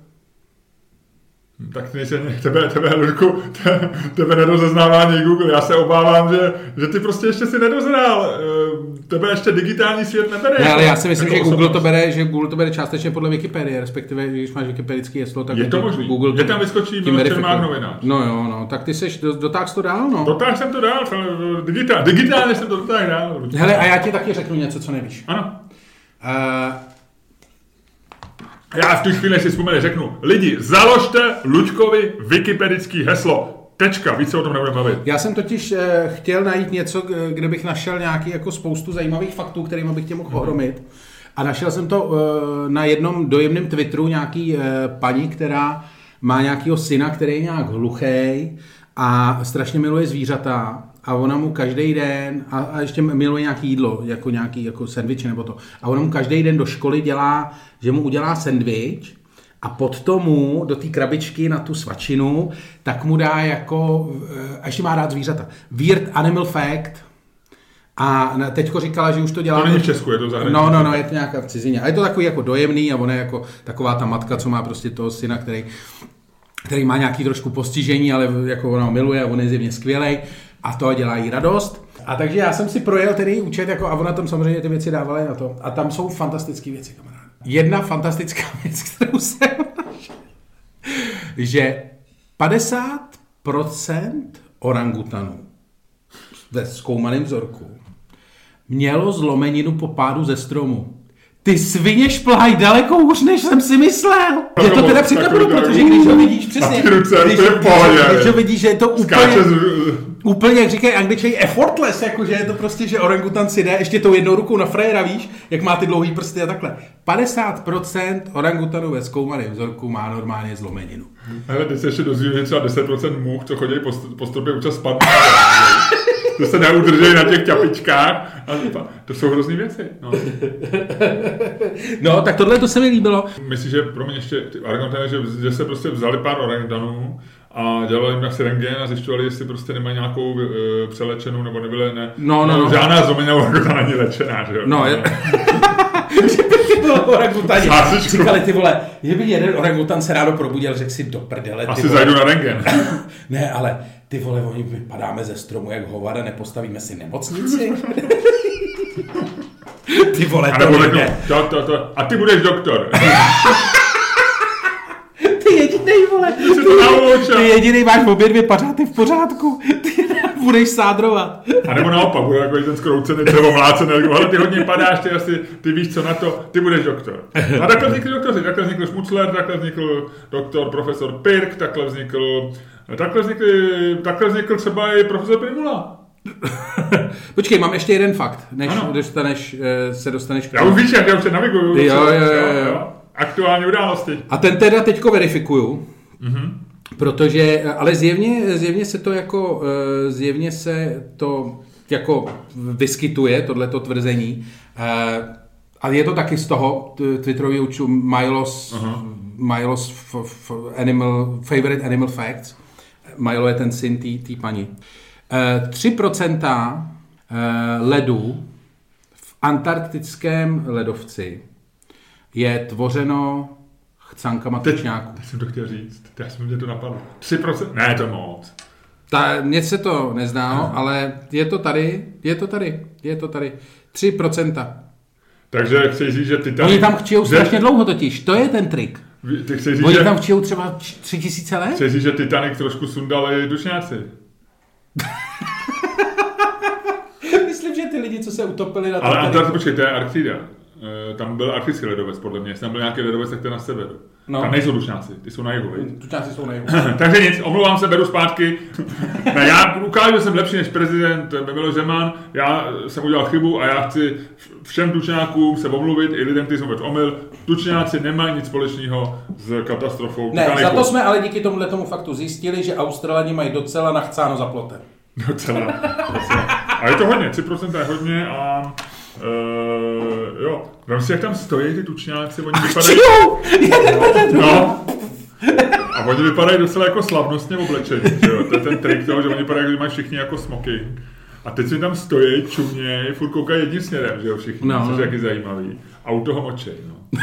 Tak nejsi, tebe, tebe, Ludku, te, tebe nedozeznávání Google. Já se obávám, že, že ty prostě ještě si nedozrál. Tebe ještě digitální svět nebere. Ne, ale já si myslím, jako že Google to bere, že Google to bere částečně podle Wikipedie, respektive když máš wikipedický heslo, tak je to možný. Google to, je tam vyskočí Miloš Čermák novinář. No jo, no, tak ty seš, do, dotáhl to dál, no. Dotáhl jsem to dál, digitál, digitálně jsem to dotáhl dál. Hele, a já ti taky řeknu něco, co nevíš. Ano. Uh, Já v tu chvíli si vzpomenu, řeknu, lidi, založte Luďkovi wikipedický heslo. Tečka, víc se o tom nebudeme bavit. Já jsem totiž e, chtěl najít něco, kde bych našel nějaký jako spoustu zajímavých faktů, kterými bych tě mohl mm-hmm. ohromit. A našel jsem to e, na jednom dojemném Twitteru nějaký e, paní, která má nějakýho syna, který je nějak hluchej a strašně miluje zvířata. A ona mu každý den, a, a ještě miluje nějaký jídlo, jako nějaký jako sendvič nebo to. A ona mu každý den do školy dělá, že mu udělá sendvič a pod tomu do té krabičky na tu svačinu, tak mu dá jako, a ještě má rád zvířata, weird animal fact. A teďko říkala, že už to dělá... To není v Česku, je to v zahraničí. No, no, no, je to nějaká v cizině. A je to takový jako dojemný a ona je jako taková ta matka, co má prostě toho syna, který, který má nějaký trošku postižení, ale jako ona ho miluje a on je zjevně skvělej. A to dělá jí radost. A takže já jsem si projel ten její účet, jako, a ona tam samozřejmě ty věci dávala na to. A tam jsou fantastické věci, kamarád. Jedna fantastická věc, kterou jsem našel, že padesát procent orangutanů ve zkoumaném vzorku mělo zlomeninu po pádu ze stromu. Ty svině šplhají daleko hůř, než jsem si myslel. Je to teda překvapilo, protože když ho vidíš přesně, když, když ho vidíš, že je to úplně, úplně, jak říkají Angličané, effortless, jakože je to prostě, že orangutan si jde ještě tou jednou rukou na frajera, víš, jak má ty dlouhý prsty a takhle. padesát procent orangutanů ve zkoumaném vzorku má normálně zlomeninu. Hele, ty se ještě dozví, že třeba deset procent much, co chodí po, po stropě, účas spadne. To se neudrží na těch ťapičkách. A to jsou hrozný věci. No. no, tak tohle to se mi líbilo. Myslím, že pro mě ještě ty orangutany, že, že se prostě vzali pár orangutanů a dělali jim asi rentgen a zjišťovali, jestli prostě nemají nějakou uh, přelečenou nebo nebyly, ne. No, no, no. Žádná zlomenina orangutana není lečená, že jo? No, je... orangutani. Říkali ty vole, že by jeden orangutan se ráno probudil, řekl si do prdele. Asi zajdu na rentgen. Ne, ale ty vole, oni vypadáme ze stromu jak hovada, nepostavíme si nemocnici. Ty vole, to nejde. To, to, to. A ty budeš doktor. Ty jedinej, vole. Ty, ty jedinej máš obě dvě pařáty v pořádku. Ty budeš sádrovat. A nebo naopak, bude jako ten skroucený, dřevo mlácený, ale ty hodně padáš, ty asi, ty víš co na to, ty budeš doktor. A takhle vznikli doktoři, takhle vznikl Šmucler, takhle vznikl doktor profesor Pirk, takhle vznikl, takhle vznikl, takhle vznikl třeba i profesor Primula. Počkej, mám ještě jeden fakt, než dostaneš, se dostaneš k tomu. Já už víš, jak já už se naviguju. Jo, jo, jo, jo. Aktuální události. A ten teda teďko verifikuju. Mhm. Protože, ale zjevně, zjevně se to jako, zjevně se to jako vyskytuje, tohleto tvrzení. A je to taky z toho Twitterového účtu Milo's, uh-huh. Milo's f, f, animal, favorite animal facts. Milo je ten syn té paní. tři procenta ledu v antarktickém ledovci je tvořeno chcankama tučňáků. Teď jsem to chtěl říct. Já jsem mě to napadlo. tři procenta? Ne, to moc. Ta, mně se to neználo, no. Ale je to tady, je to tady, je to tady. tři procenta. Takže chceš říct, že Titanic... Oni tam chčijou strašně dlouho totiž, to je ten trik. Ty chceš říct, Oni že... tam chčijou třeba tři tisíce let? Chceš říct, že Titanic trošku sundali dušňáci? Myslím, že ty lidi, co se utopili na... Ale Antarktika, počkej, to je Arktida. Tam byl arktický ledovec, podle mě. Tam byl nějaký ledovec, tak to je na severu. No. Tam nejsou dušňáci, ty jsou na jihu, viď? Dušňáci jsou na jihu. Takže nic, omlouvám se, beru zpátky. Ne, já ukážu, že jsem lepší než prezident Miloš Zeman. Já jsem udělal chybu a já chci všem dušňákům se omluvit, i lidem, kteří jsou vůbec omyl. Dušňáci nemají nic společného s katastrofou. Ne, Titanicu. Za to jsme ale díky tomuhle tomu faktu zjistili, že Australani mají docela nachcáno za plotem. Docela. docela. A A je to hodně, tři procenta je hodně a uh, jo, vem si, jak tam stojí ty tučňáci, oni vypadají... No, no, a oni vypadají docela jako slavnostně oblečení, že jo, to je ten trik toho, že oni vypadají, že mají všichni jako smoking. A teď si tam stojí, čuměj, furt koukají jedním směrem, že jo, všichni, no. Což je taky zajímavý. A u toho močej, no.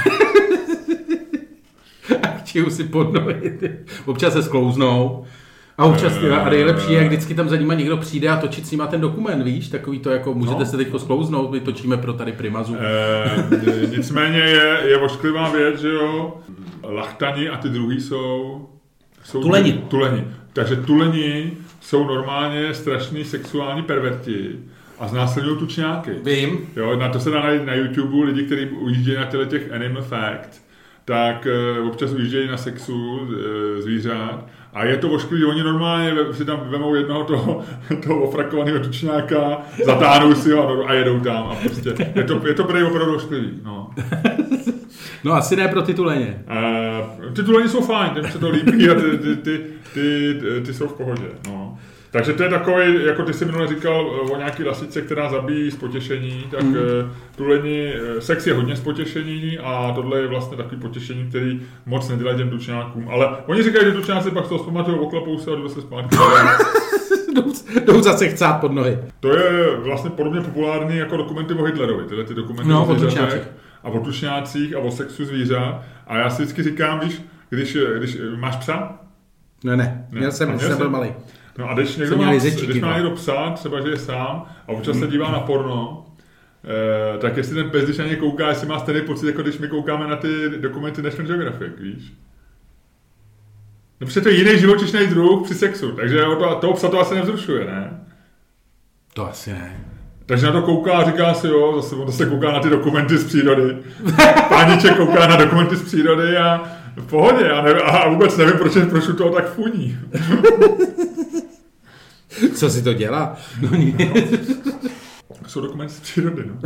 A čiju si pod nohy, občas se sklouznou. A občas, uh, a nejlepší je, vždycky tam za nima někdo přijde a točit s nima ten dokument, víš, takový to jako, můžete no. se teďko sklouznout, my točíme pro tady Primazu. Uh, nicméně je, je ošklivá věc, že jo, lachtani a ty druhý jsou... jsou tuleni. Tuleni. Takže tuleni jsou normálně strašný sexuální perverti a znásilňují tučňáky. Vím. Jo, na to se dá najít na YouTube lidi, kteří ujíždějí na těle těch Animal Facts, tak uh, občas ujíždějí na sexu uh, zvířat. A je to ošklivý, oni normálně si tam vemou jednoho toho, toho ofrakovaného tučňáka, zatáhnou si ho a jedou tam. A prostě je to, je to prej opravdu ošklivý. No. No asi ne pro ty tuleně. Uh, ty tuleně jsou fajn, těm se to líbí a ty, ty, ty, ty, ty jsou v pohodě. No. Takže to je takový, jako ty jsi minule říkal o nějaký lasice, která zabíjí z potěšení, tak mm. tuleni, sex je hodně z potěšení a tohle je vlastně takový potěšení, který moc nedělají těm tučňákům. Ale oni říkají, že tučňáci pak z toho zpamatují, oklepou se a jdou se zpátky. Jdou zase chcát pod nohy. To je vlastně podobně populární jako dokumenty o Hitlerovi, tyhle ty dokumenty no, o zvířatech a o tučňácích a o sexu zvířat. A já si vždycky říkám, víš, když, když máš psa? Ne, ne, měl jsem, měl jsem byl malý. No a když někdo má, když má někdo psa, třeba že je sám a občas se dívá na porno, eh, tak jestli ten pes, když na ně kouká, jestli má stejný pocit, jako když my koukáme na ty dokumenty National Geographic, víš? No protože to je jiný živočišný druh při sexu, takže to, toho psa to asi nevzrušuje, ne? To asi ne. Takže na to kouká a říká si, jo, zase, zase kouká na ty dokumenty z přírody. Pániček kouká na dokumenty z přírody a v pohodě a, ne, a vůbec nevím, proč, proč u toho tak funí. Co si to dělá? No, no. Jsou dokumenty z přírody, no.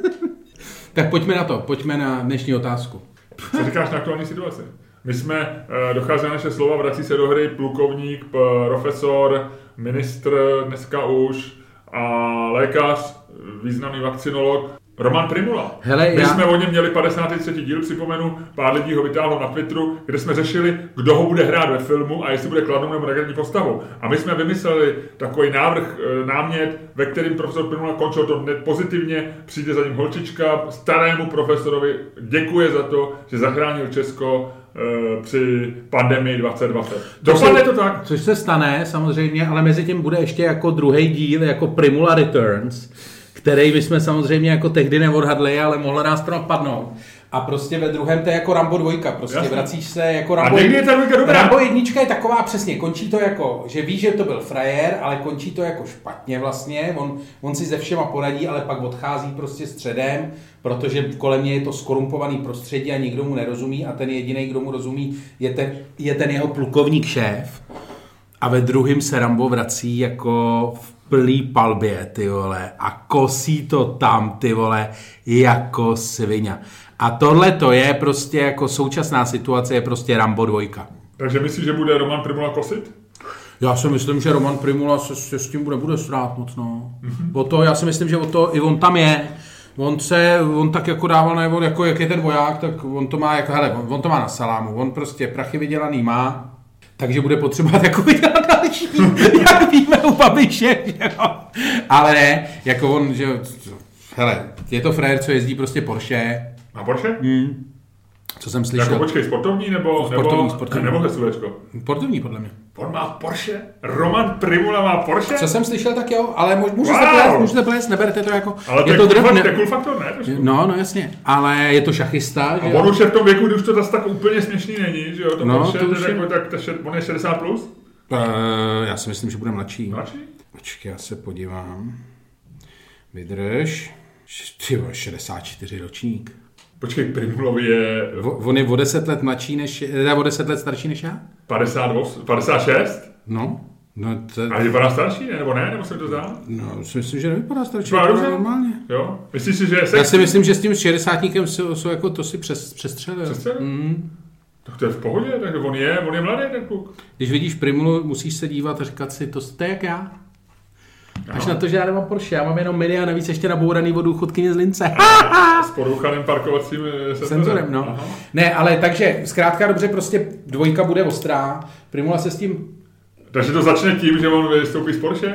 Tak pojďme na to, pojďme na dnešní otázku. Co říkáš na aktuální situaci? My jsme, dochází na naše slova, vrací se do hry plukovník, profesor, ministr dneska už a lékař, významný vakcinolog, Roman Prymula. Hele, My já... jsme o něm měli padesátý třetí díl, připomenu, pár lidí ho vytáhlo na Twitteru, kde jsme řešili, kdo ho bude hrát ve filmu a jestli bude kladnou nebo negativní postavou. A my jsme vymysleli takový návrh, námět, ve kterým profesor Prymula končil to hned pozitivně, přijde za ním holčička, starému profesorovi děkuje za to, že zachránil Česko při pandemii dvacet dvacet. Dopadne to tak. Což se stane samozřejmě, ale mezi tím bude ještě jako druhý díl, jako Prymula Returns, který my jsme samozřejmě jako tehdy neodhadli, ale mohlo nás to napadnout. A prostě ve druhém to je jako Rambo dvojka, prostě Jasně. vracíš se jako Rambo. A někdy je ta dvojka dobrá. Rambo jednička je taková přesně, končí to jako, že ví, že to byl frajer, ale končí to jako špatně vlastně, on, on si ze všema poradí, ale pak odchází prostě středem, protože kolem něj je to skorumpovaný prostředí a nikdo mu nerozumí a ten jediný, kdo mu rozumí, je ten, je ten jeho plukovník šéf. A ve druhém se Rambo vrací jako v plný palbě, ty vole, a kosí to tam, ty vole, jako svině. A tohle to je prostě jako současná situace, je prostě Rambo dvojka. Takže myslíš, že bude Roman Prymula kosit? Já si myslím, že Roman Prymula se, se s tím bude, bude strát moc, no. Mm-hmm. O to, já si myslím, že o to, i on tam je. On se, on tak jako dával najevo, jako jak je ten voják, tak on to má, jako, hele, on, on to má na salámu. On prostě prachy vydělaný má, takže bude potřebovat jako vydělat další, jak víme u Babiše, že jo. Ale ne, jako on, že hele, je to frajer, co jezdí prostě Porsche. Na Porsche? Hmm. Co jsem slyšel. Jako počkej, sportovní nebo, sportovní, nebo, sportovní. nebo SUVčko? Sportovní, podle mě. On má Porsche? Roman Prymula má Porsche? Co jsem slyšel, tak jo, ale můžu wow. se plést, můžete plést, neberte to jako... Ale je to to cool, ne... cool faktor, ne? Trošku. No, no jasně, ale je to šachista, a že on už je v tom věku, kdy už to zase tak úplně směšný není, že jo? To no, Porsche, to už je... jako, tak, tak, on je šedesát plus? Uh, já si myslím, že bude mladší. Mladší? Počkej, já se podívám. Vydrž. Tyvo, šedesát čtyři ročník. Počkej, Prymulovi je... O, on je o deset let mladší než, teda o deset let starší než já? padesát osm, padesát šest? No. no to... A vypadá starší, ne? Nebo ne? Nebo se mi to zdá? No, si myslím, že nevypadá starší. Vypadá vypadá normálně. Jo? Myslíš si, že je sexy? Já si myslím, že s tím šedesátníkem jsou, jsou jako to si přes, přestřelil. Přestřelil? Mm. Tak to je v pohodě, takže on je, on je mladý ten kluk. Když vidíš Prymulu, musíš se dívat a říkat si, to jste jak já. Až na to, že já nemám Porsche, já mám jenom Mini a navíc ještě nabouraný od důchodkyně z Lince. S porouchaným parkovacím senzorem. No. Aha. Ne, ale takže zkrátka dobře, prostě dvojka bude ostrá. Primula se s tím... Takže to začne tím, že on vystoupí z Porsche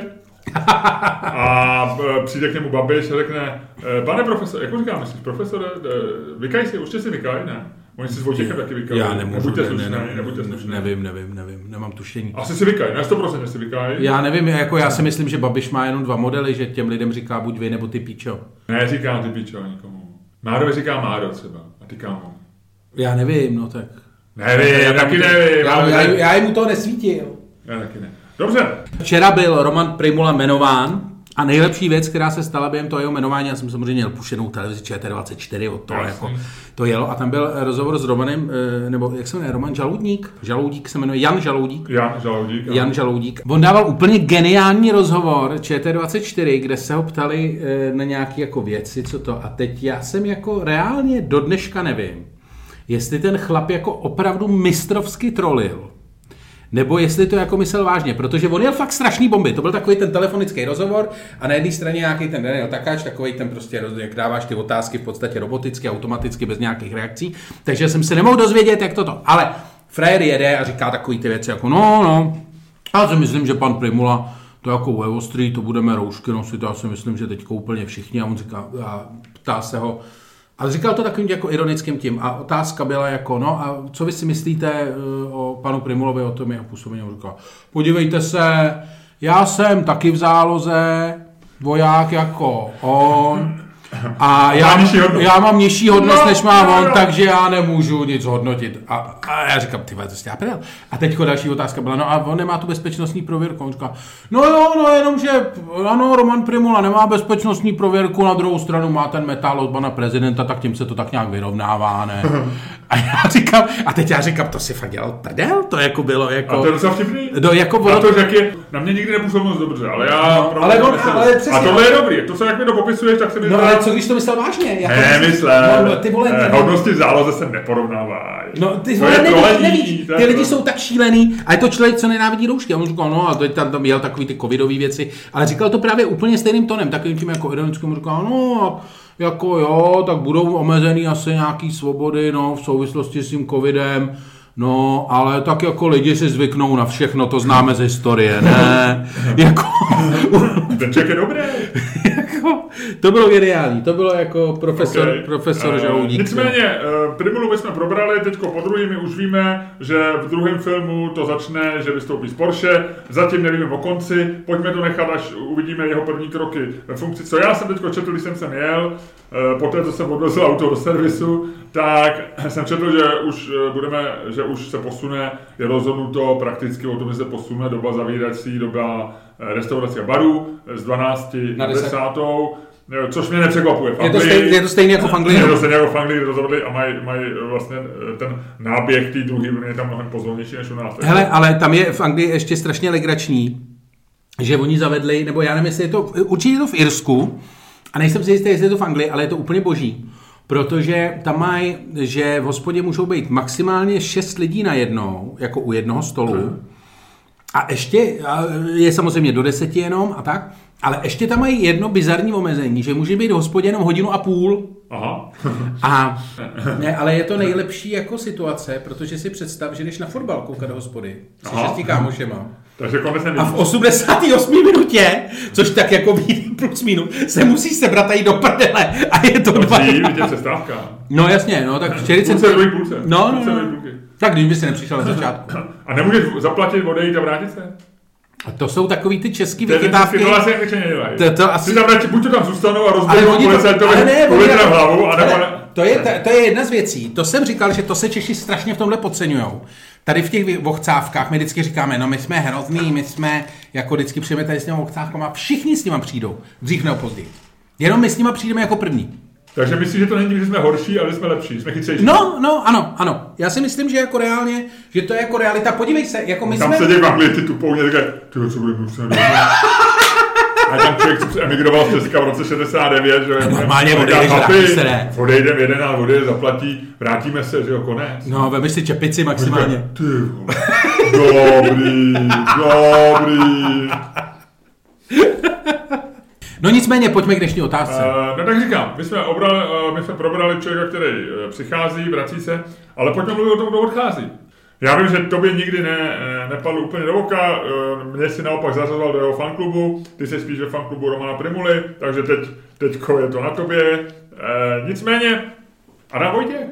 a přijde k němu Babiš a řekne, pane profesor, jak říkám, myslíš, profesore, vykaj si, určitě si vykaj, ne? Oni si s Vojtěchem taky vykají. Já nemůžu, nebuďte ne, slušný, ne, ne, nebuďte slušný. Nevím, nevím, nevím, nemám tušení. Asi si vykají, ne sto procent si vykají. Já nevím, jako já si myslím, že Babiš má jenom dva modely, že těm lidem říká buď vy, nebo ty píčo. Ne, říká ty píčo nikomu. Márovi říká Máro třeba a ty kámo. Já nevím, no tak. Nevím, já taky nevím. Já, já, já jim to nesvítil. Já taky ne. Dobře. Včera byl Roman Prymula jmenován a nejlepší věc, která se stala během toho jeho jmenování, já jsem samozřejmě měl puštěnou televizi Č T dvacet čtyři od toho, jako to jelo a tam byl rozhovor s Romanem, nebo jak se jmenuje, Roman Žaloudník? Žaloudík se jmenuje, Jan Žaloudík. Jan Žaloudík. Jan Jan Žaloudík. On dával úplně geniální rozhovor Č T dvacet čtyři, kde se ho ptali na nějaké jako věci, co to. A teď já jsem jako reálně do dneška nevím, jestli ten chlap jako opravdu mistrovsky trolil, nebo jestli to jako myslel vážně, protože on jel fakt strašný bomby. To byl takový ten telefonický rozhovor a na jedné straně nějaký ten Daniel Takáč, takový ten prostě, jak dáváš ty otázky v podstatě roboticky, automaticky, bez nějakých reakcí. Takže jsem se nemohl dozvědět, jak toto. Ale frajer jede a říká takový ty věci jako no, no, já si myslím, že pan Prymula to jako ve ostrý, to budeme roušky nosit, já si myslím, že teďko úplně všichni. A on říká, a ptá se ho, a říkal to takovým jako ironickým tím. A otázka byla jako, no a co vy si myslíte o panu Prymulovi, o tom jeho působení? On říkal, podívejte se, já jsem taky v záloze, voják jako on, a já, já mám nižší hodnost, no, než má on, no, takže já nemůžu nic hodnotit. A, a já říkám, ty to jste já A teďko další otázka byla, no a on nemá tu bezpečnostní prověrku. On říká, no jo, no jenom, že ano, Roman Prymula nemá bezpečnostní prověrku, na druhou stranu má ten metal od pana prezidenta, tak tím se to tak nějak vyrovnává, ne? A já říkám, a teď já říkám, to si fakt dělal prdel, to jako bylo jako... A to je docela vtipný. Do, jako a to, jak je, na mě nikdy nepůsobil moc dobře, ale já... No, ale on, ale a tohle je dobrý, to se jak mi to popisuješ, tak se mi... No ale co když to myslel vážně? Jako ne, myslel. No, ty vole, eh, hodnosti v záloze se neporovnávají. No ty vole, nevíš, nevíš, ty lidi jsou tak šílený a je to člověk, co nenávidí roušky. A on říkal, no a teď tam, tam jel takový ty covidové věci, ale říkal to právě úplně stejným tónem, takovým tím jako ironickým, říkal, no jako jo, tak budou omezený asi nějaký svobody, no v souvislosti s tím covidem. No, ale tak jako lidi si zvyknou na všechno, to známe z historie, ne? jako... Ten ček je dobrý. jako, to bylo geniální, to bylo jako profesor, okay. profesor uh, Žaloudík. Nicméně, uh, Prymulu bychom probrali, teďko po druhý, my už víme, že v druhém filmu to začne, že vystoupí z Porsche, zatím nevíme o konci, pojďme to nechat, až uvidíme jeho první kroky ve funkci. Co já jsem teďko četl, když jsem sem jel, uh, poté, co jsem odvezl auto do servisu, tak jsem četl, že už budeme, že už se posune, je rozhodnuto prakticky o tom, že se posune doba zavírací, doba restaurací a barů z dvanácti na desátou, což mě nepřekvapuje. Je to, stejný, je to stejně jako v Anglii. Je to stejně jako v Anglii, kde rozhodli a mají, mají vlastně ten náběh té druhé vlny je tam mnohem pozvolnější než u nás. Hele, ale tam je v Anglii ještě strašně legrační, že oni zavedli, nebo já nevím, jestli je to, určitě je to v Irsku, a nejsem si jistý, jestli je to v Anglii, ale je to úplně boží. Protože tam mají, že v hospodě můžou být maximálně šest lidí na jednou, jako u jednoho stolu. Hmm. A ještě, je samozřejmě do deseti jenom a tak, ale ještě tam mají jedno bizarní omezení, že může být v hospodě jenom hodinu a půl. Aha. A ne, ale je to nejlepší jako situace, protože si představ, že jdeš na fotbal koukat do hospody se šesti kámošema. Takže a v osmdesáté osmé minutě, což tak jako vyjde plus minus, se musí sebrat a jít do prdele. A je to dva... Vidíte přestávka. No jasně, no tak čtyřicet... Půlce, druhý půlce. No, no, no. Tak když by si nepřišel na začátku. A nemůžeš zaplatit, odejít a vrátit se? A to jsou takový ty český vychytávky. To asi jak nedělají. To, to asi... Si tam radši, buď to tam zůstanou a rozběhnou policajtovi povětra v hlavu, a nebo... To je, to je jedna z věcí. To jsem říkal, že to se Češi strašně v tomhle podceňujou. Tady v těch vochcávkách my vždycky říkáme, no my jsme hrozný, my jsme, jako vždycky přijeme tady s těma vochcávkama, všichni s nima přijdou, dřív nebo později. Jenom my s nima přijdeme jako první. Takže myslíš, že to není tím, že jsme horší, ale jsme lepší, jsme chytřejší? No, no, ano, ano. Já si myslím, že jako reálně, že to je jako realita. Podívej se, jako my tam jsme... Tam sedí v Anglii ty tupouně, říkají, tyho, co bude muset doma. A tam člověk, co emigroval z Česka v roce šedesát devět, že jo. Normálně odejdeš, vrátí se, ne? Odejdem jeden a odejde, zaplatí, vrátíme se, že jo, konec. No, vemeš si čepici maximálně. Tyho, dobrý, dobrý. No nicméně, pojďme k dnešní otázce. Uh, no tak říkám, my jsme, obrali, uh, my jsme probrali člověka, který uh, přichází, vrací se, ale pojďme mluvit o tom, kdo odchází. Já vím, že tobě nikdy ne, nepadl úplně do oka, uh, mě si naopak zařazoval do jeho fanklubu, ty jsi spíš ve fanklubu Romana Primuly, takže teď, teďko je to na tobě. Uh, nicméně, Adam Vojtěch.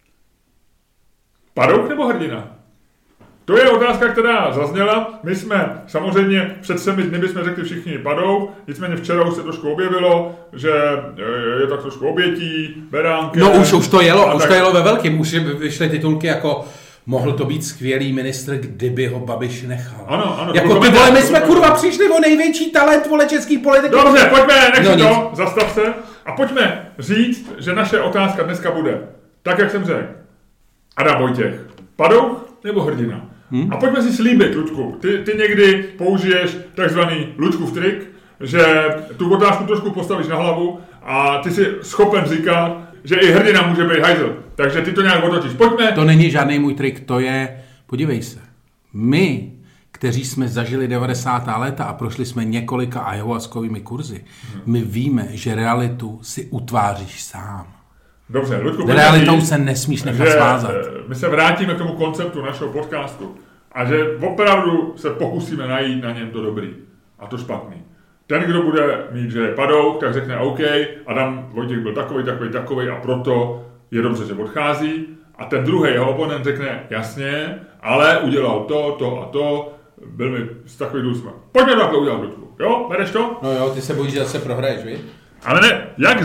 Padouch nebo hrdina? To je otázka, která zazněla. My jsme samozřejmě před třemi dny bychom řekli všichni Padouch, nicméně včera už se trošku objevilo, že je tak trošku obětí, beránky. No už, už to jelo, už tak... to jelo ve velkým, už vyšly titulky jako mohl to být skvělý ministr, kdyby ho Babiš nechal. Ano, ano. Jako ty vole, my jsme kurva přišli o největší talent vole český politiky. Dobře, pojďme, nech no, to, zastav se a pojďme říct, že naše otázka dneska bude, tak jak jsem řekl, Adam Vojtěch, Padouch nebo hrdina? Hmm? A pojďme si slíbit, Luďku, ty, ty někdy použiješ takzvaný Luďkův trik, že tu otázku trošku postavíš na hlavu a ty jsi schopen říkat, že i hrdina může být hajzl. Takže ty to nějak otočíš. Pojďme. To není žádný můj trik, to je, podívej se, my, kteří jsme zažili devadesátá léta a prošli jsme několika ayahuaskovými kurzy, hmm. my víme, že realitu si utváříš sám. Dobře, Luďku, realitou říct, se nesmíš nechat svázat. My se vrátíme k tomu konceptu našeho podcastu a že opravdu se pokusíme najít na něm to dobrý a to špatný. Ten, kdo bude mít, že je Padouch, tak řekne OK, Adam Vojtěch byl takový, takový, takový a proto je dobře, že odchází. A ten druhý jeho oponent řekne jasně, ale udělal to, to a to, byl mi z takový důsma. Pojďme to takhle udělat, Luďku. Jo, bereš to? No jo, ty se bojíš, že zase prohraješ, víš? Ale ne, jak...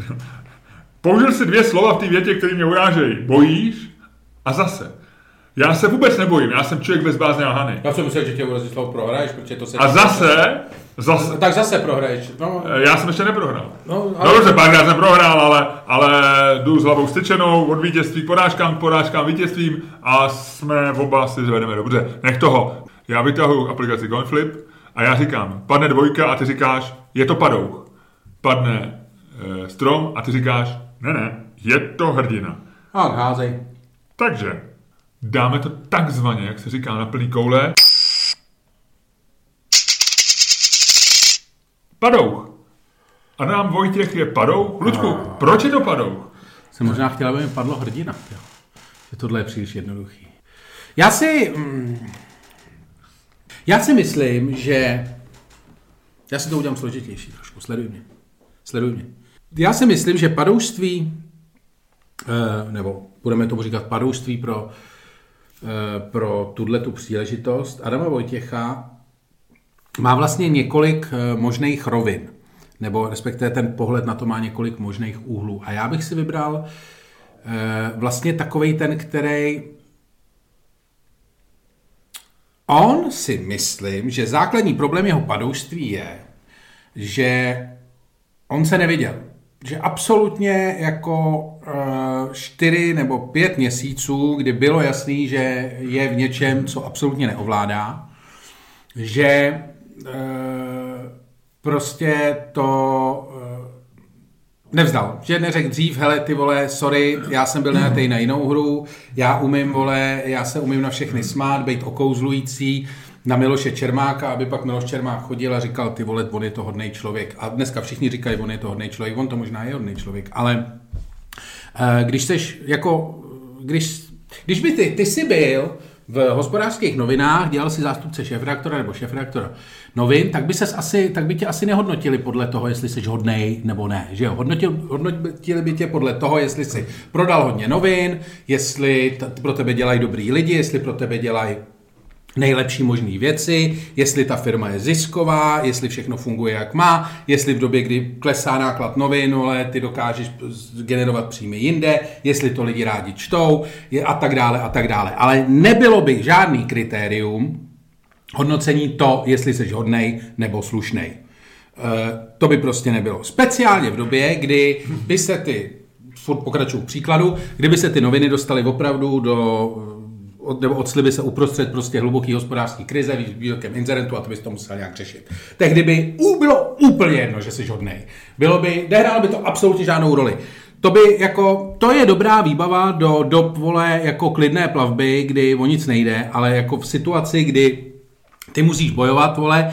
Použil si dvě slova v té větě, které mě urážejí. Bojíš a zase. Já se vůbec nebojím, já jsem člověk bez bázně a hany. Já jsem myslel, že tě urazí slovo prohraješ, protože to se... A zase, zase... Tak zase prohraješ. No. Já jsem ještě neprohrál. No, ale... no dobře, párkrát jsem prohrál, ale, ale jdu s hlavou styčenou od vítězství k porážkám, k porážkám vítězstvím a jsme oba si zvedeme dobře. Nech toho. Já vytahuji aplikaci Coinflip a já říkám, padne dvojka a ty říkáš, je to Padouch. Padne e, strom a ty říkáš, ne, ne, je to hrdina. A házej. Takže dáme to takzvaně, jak se říká, na plný koule. Padouch. Adam Vojtěch je Padouch. Luďku, a... proč je to Padouch? Jsem možná chtěla, aby mi padlo hrdina. Jo. Že tohle je příliš jednoduchý. Já si... Mm, já si myslím, že... Já si to udělám složitější trošku. Sleduj mě. Sleduj mě. Já si myslím, že padoušství, nebo budeme tomu říkat padoušství pro, pro tuhletu příležitost Adama Vojtěcha má vlastně několik možných rovin, nebo respektive ten pohled na to má několik možných úhlů. A já bych si vybral vlastně takovej ten, který on si myslím, že základní problém jeho padoušství je, že on se neviděl. Že absolutně jako uh, čtyři nebo pět měsíců, kdy bylo jasný, že je v něčem, co absolutně neovládá, že uh, prostě to uh, nevzdal. Že neřekl dřív, hele ty vole, sorry, já jsem byl najatý na jinou hru, já umím, vole, já se umím na všechny smát, být okouzlující, na Miloše Čermáka, aby pak Miloš Čermák chodil a říkal, ty vole, on je to hodnej člověk. A dneska všichni říkají, on je to hodnej člověk, on to možná je hodnej člověk, ale když seš jako, když, když by ty, ty jsi byl v Hospodářských novinách, dělal si zástupce šéfredaktora nebo šéfredaktora novin, tak by ses asi, tak by tě asi nehodnotili podle toho, jestli jsi hodnej nebo ne, že jo? Hodnotil, hodnotili by tě podle toho, jestli jsi prodal hodně novin, jestli t- pro tebe dělají dobrý lidi, jestli pro tebe dělají nejlepší možné věci, jestli ta firma je zisková, jestli všechno funguje jak má, jestli v době, kdy klesá náklad novin, ale ty dokážeš generovat příjmy jinde, jestli to lidi rádi čtou a tak dále a tak dále. Ale nebylo by žádný kritérium hodnocení to, jestli jsi hodnej nebo slušnej. E, to by prostě nebylo. Speciálně v době, kdy by se ty, furt pokračuju v příkladu, kdyby se ty noviny dostaly opravdu do nebo odsliby se uprostřed prostě hluboký hospodářský krize, v velkém inzerentu a to bys to musel nějak řešit. Tehdy by bylo úplně jedno, že jsi hodnej. Bylo by, nehrálo by to absolutně žádnou roli. To by jako, to je dobrá výbava do dob, vole, jako klidné plavby, kdy o nic nejde, ale jako v situaci, kdy ty musíš bojovat, vole,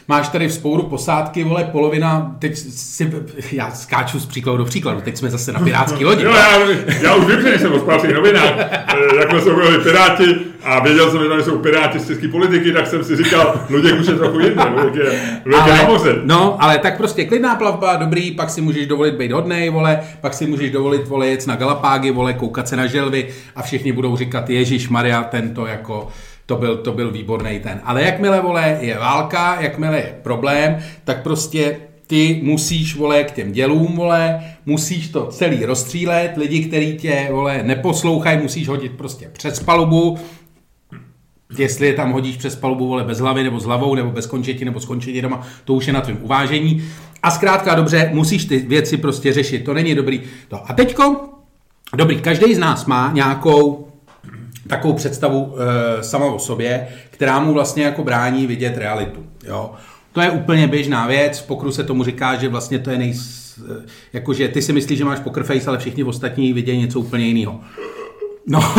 máš tady vzpouru posádky, vole, polovina, teď si, já skáču z příkladu do příkladu, teď jsme zase na pirátský lodi. Jo, já, já už vím, že jsem o správných novinách, jakhle jsou byli Piráti a věděl jsem, že tady jsou Piráti z české politiky, tak jsem si říkal, Luděk už je trochu jiný, Luděk je, Luděk je na moře. No, ale tak prostě klidná plavba, dobrý, pak si můžeš dovolit být hodnej, vole, pak si můžeš dovolit, vole, jet na Galapágy, vole, koukat se na želvy a všichni budou říkat, Ježíš Maria, tento jako... To byl, to byl výborný ten. Ale jakmile, vole, je válka, jakmile je problém, tak prostě ty musíš, vole, k těm dělům, vole, musíš to celý rozstřílet, lidi, kteří tě, vole, neposlouchají, musíš hodit prostě přes palubu, jestli je tam hodíš přes palubu, vole, bez hlavy, nebo s hlavou, nebo bez končeti, nebo s končetinama, to už je na tvém uvážení. A zkrátka dobře, musíš ty věci prostě řešit, to není dobrý. To. A teďko, dobrý, každý z nás má nějakou takovou představu e, sama o sobě, která mu vlastně jako brání vidět realitu. Jo? To je úplně běžná věc, v pokru se tomu říká, že vlastně to je nej... jakože ty si myslíš, že máš poker face, ale všichni ostatní vidějí něco úplně jiného. No,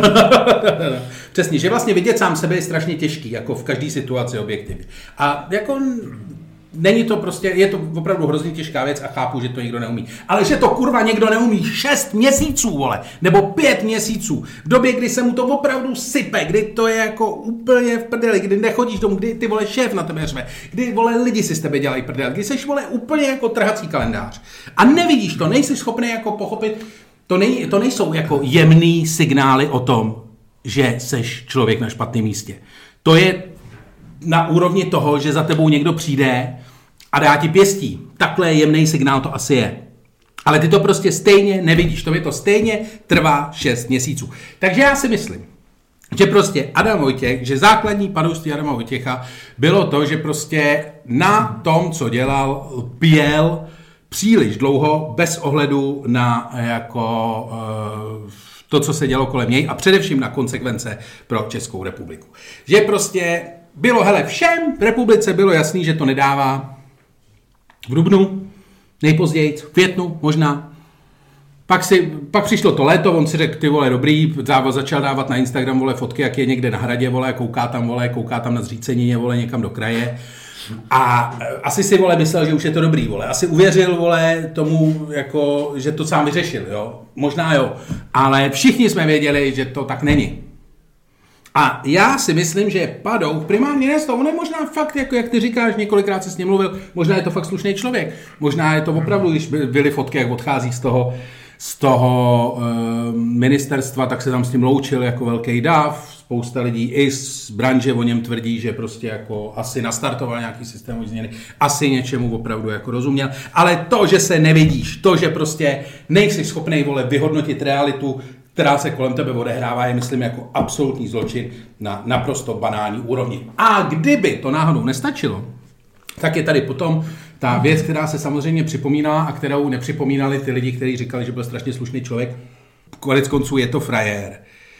přesně, že vlastně vidět sám sebe je strašně těžký, jako v každé situaci objektivně. A jako... Není to prostě, je to opravdu hrozně těžká věc a chápu, že to někdo neumí. Ale že to kurva někdo neumí šest měsíců, vole, nebo pět měsíců, v době, kdy se mu to opravdu sype, kdy to je jako úplně v prdeli, kdy nechodíš domů, kdy ty, vole, šéf na tebe řve, kdy, vole, lidi si s tebe dělají prdel, kdy seš, vole, úplně jako trhací kalendář. A nevidíš to, nejsi schopný jako pochopit, to, nej, to nejsou jako jemný signály o tom, že seš člověk na špatném místě. To je na úrovni toho, že za tebou někdo přijde a dá ti pěstí. Takhle jemný signál to asi je. Ale ty to prostě stejně nevidíš. To je to stejně trvá šest měsíců. Takže já si myslím, že prostě Adam Vojtěch, že základní padouství Adama Vojtěcha bylo to, že prostě na tom, co dělal, pěl příliš dlouho bez ohledu na jako uh, to, co se dělo kolem něj a především na konsekvence pro Českou republiku. Že prostě bylo, hele, všem v republice bylo jasný, že to nedává v dubnu, nejpozději, v květnu možná. Pak, si, pak přišlo to léto, on si řekl, ty vole, dobrý, začal dávat na Instagram, vole, fotky, jak je někde na hradě, vole, kouká tam, vole, kouká tam na zřícenině, vole, někam do kraje. A asi si, vole, myslel, že už je to dobrý, vole. Asi uvěřil, vole, tomu, jako, že to sám vyřešil, jo. Možná jo. Ale všichni jsme věděli, že to tak není. A já si myslím, že Padouch primárně ne z toho, on je možná fakt, jako jak ty říkáš, několikrát se s ním mluvil, možná je to fakt slušný člověk, možná je to opravdu, když byly fotky, jak odchází z toho, z toho e, ministerstva, tak se tam s tím loučil jako velký dav, spousta lidí i z branže o něm tvrdí, že prostě jako asi nastartoval nějaký systémový změny, asi něčemu opravdu jako rozuměl, ale to, že se nevidíš, to, že prostě nejsi schopnej, vole, vyhodnotit realitu, která se kolem tebe odehrává, je, myslím, jako absolutní zločin na naprosto banální úrovni. A kdyby to náhodou nestačilo, tak je tady potom ta věc, která se samozřejmě připomíná a kterou nepřipomínali ty lidi, kteří říkali, že byl strašně slušný člověk. Konec konců je to frajer,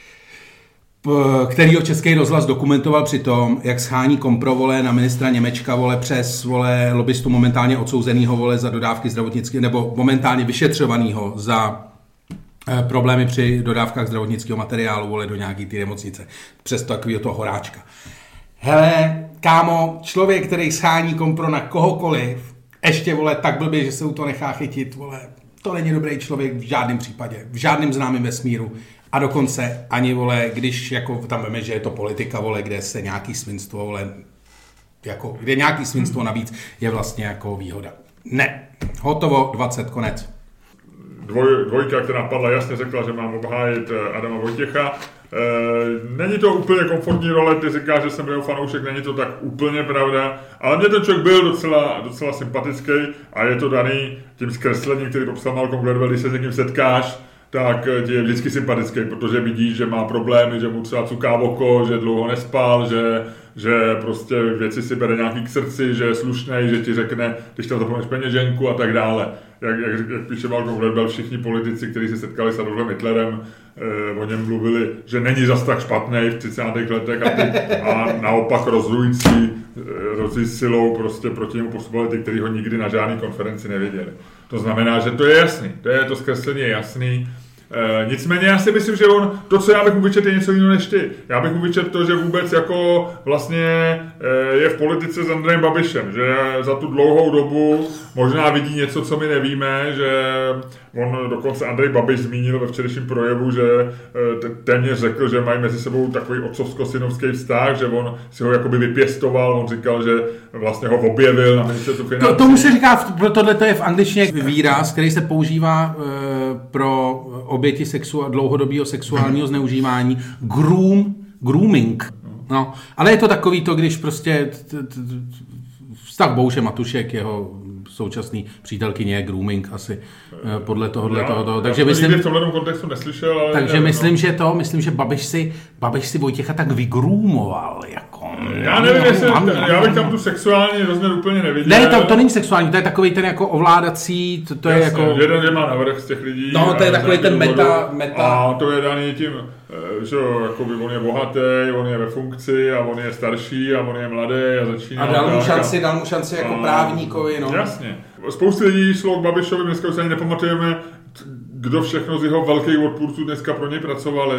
kterýho Český rozhlas dokumentoval při tom, jak schání kompro, vole, na ministra Němečka, vole, přes, vole, lobistu momentálně odsouzenýho, vole, za dodávky zdravotnické, nebo momentálně vyšetřovanýho za problémy při dodávkách zdravotnického materiálu, vole, do nějaký ty nemocnice. Přes to takovýho toho horáčka. Hele, kámo, člověk, který schání kompro na kohokoliv, ještě, vole, tak blbě, že se u to nechá chytit, vole, to není dobrý člověk v žádném případě, v žádném známém vesmíru. A dokonce ani, vole, když jako tam veme, že je to politika, vole, kde se nějaký svinstvo, vole, jako, kde nějaký svinstvo navíc je vlastně jako výhoda. Ne. Hotovo, dvacet, konec. Dvoj, dvojka, která padla, jasně řekla, že mám obhájit Adama Vojtěcha. E, není to úplně komfortní role, ty říkáš, že jsem jeho fanoušek, není to tak úplně pravda, ale mě ten člověk byl docela, docela sympatický a je to daný tím zkreslením, který popsal Malcolm Gladwell, když se s někým setkáš, tak ti je vždycky sympatický, protože vidíš, že má problémy, že mu třeba cuká oko, že dlouho nespal, že, že prostě věci si bere nějaký k srdci, že je slušnej, že ti řekne, když tam zapomeneš peněženku a tak dále. Jak, jak, jak píše Malcolm Gladwell, všichni politici, kteří se setkali s Adolfem Hitlerem, eh, o něm mluvili, že není zas tak špatný v třicátých letech a, ty, a naopak rozhodující eh, silou prostě proti němu postupovali ty, kteří ho nikdy na žádné konferenci neviděli. To znamená, že to je jasný, to je to zkreslení je jasný. E, nicméně já si myslím, že on, to, co já bych mu vyčetl, je něco jiného než ty. Já bych mu vyčetl to, že vůbec jako vlastně e, je v politice s Andrejem Babišem, že za tu dlouhou dobu možná vidí něco, co my nevíme, že on dokonce Andrej Babiš zmínil ve včerejším projevu, že e, téměř řekl, že mají mezi sebou takový otcovsko-synovský vztah, že on si ho jakoby vypěstoval, on říkal, že vlastně ho objevil na ministerstvu financí. To, tomu se říká, tohle to je v angličtině výraz, který se používá e, pro oběti sexu, dlouhodobého sexuálního zneužívání, groom, grooming. No, ale je to takový to, když prostě t, t, vztah Bouše Matušek, jeho současný přítelkyně je grooming asi podle tohohle já, toho. Já takže to myslím, v tomhle kontextu neslyšel, ale takže nevím, myslím, no. že to, myslím, že Babiš si, Babiš si Vojtěcha tak vygroomoval, jako. Já nevím, jestli, já bych tam tu sexuální rozměr úplně neviděl. Ne, to, to není sexuální, to je takový ten jako ovládací, to, to je Jasně, jako. jeden je má navrch z těch lidí. No, to je takový ten meta, meta. A to je daný tím, že jakoby on je bohatý, on je ve funkci a on je starší a on je mladý a začíná. A dal mu šanci, dal mu šanci jako a, právníkovi, no. Jasně. Spoustu lidí šlo k Babišovi, dneska už ani nepamatujeme, kdo všechno z jeho velkých odpůrců dneska pro něj pracovali.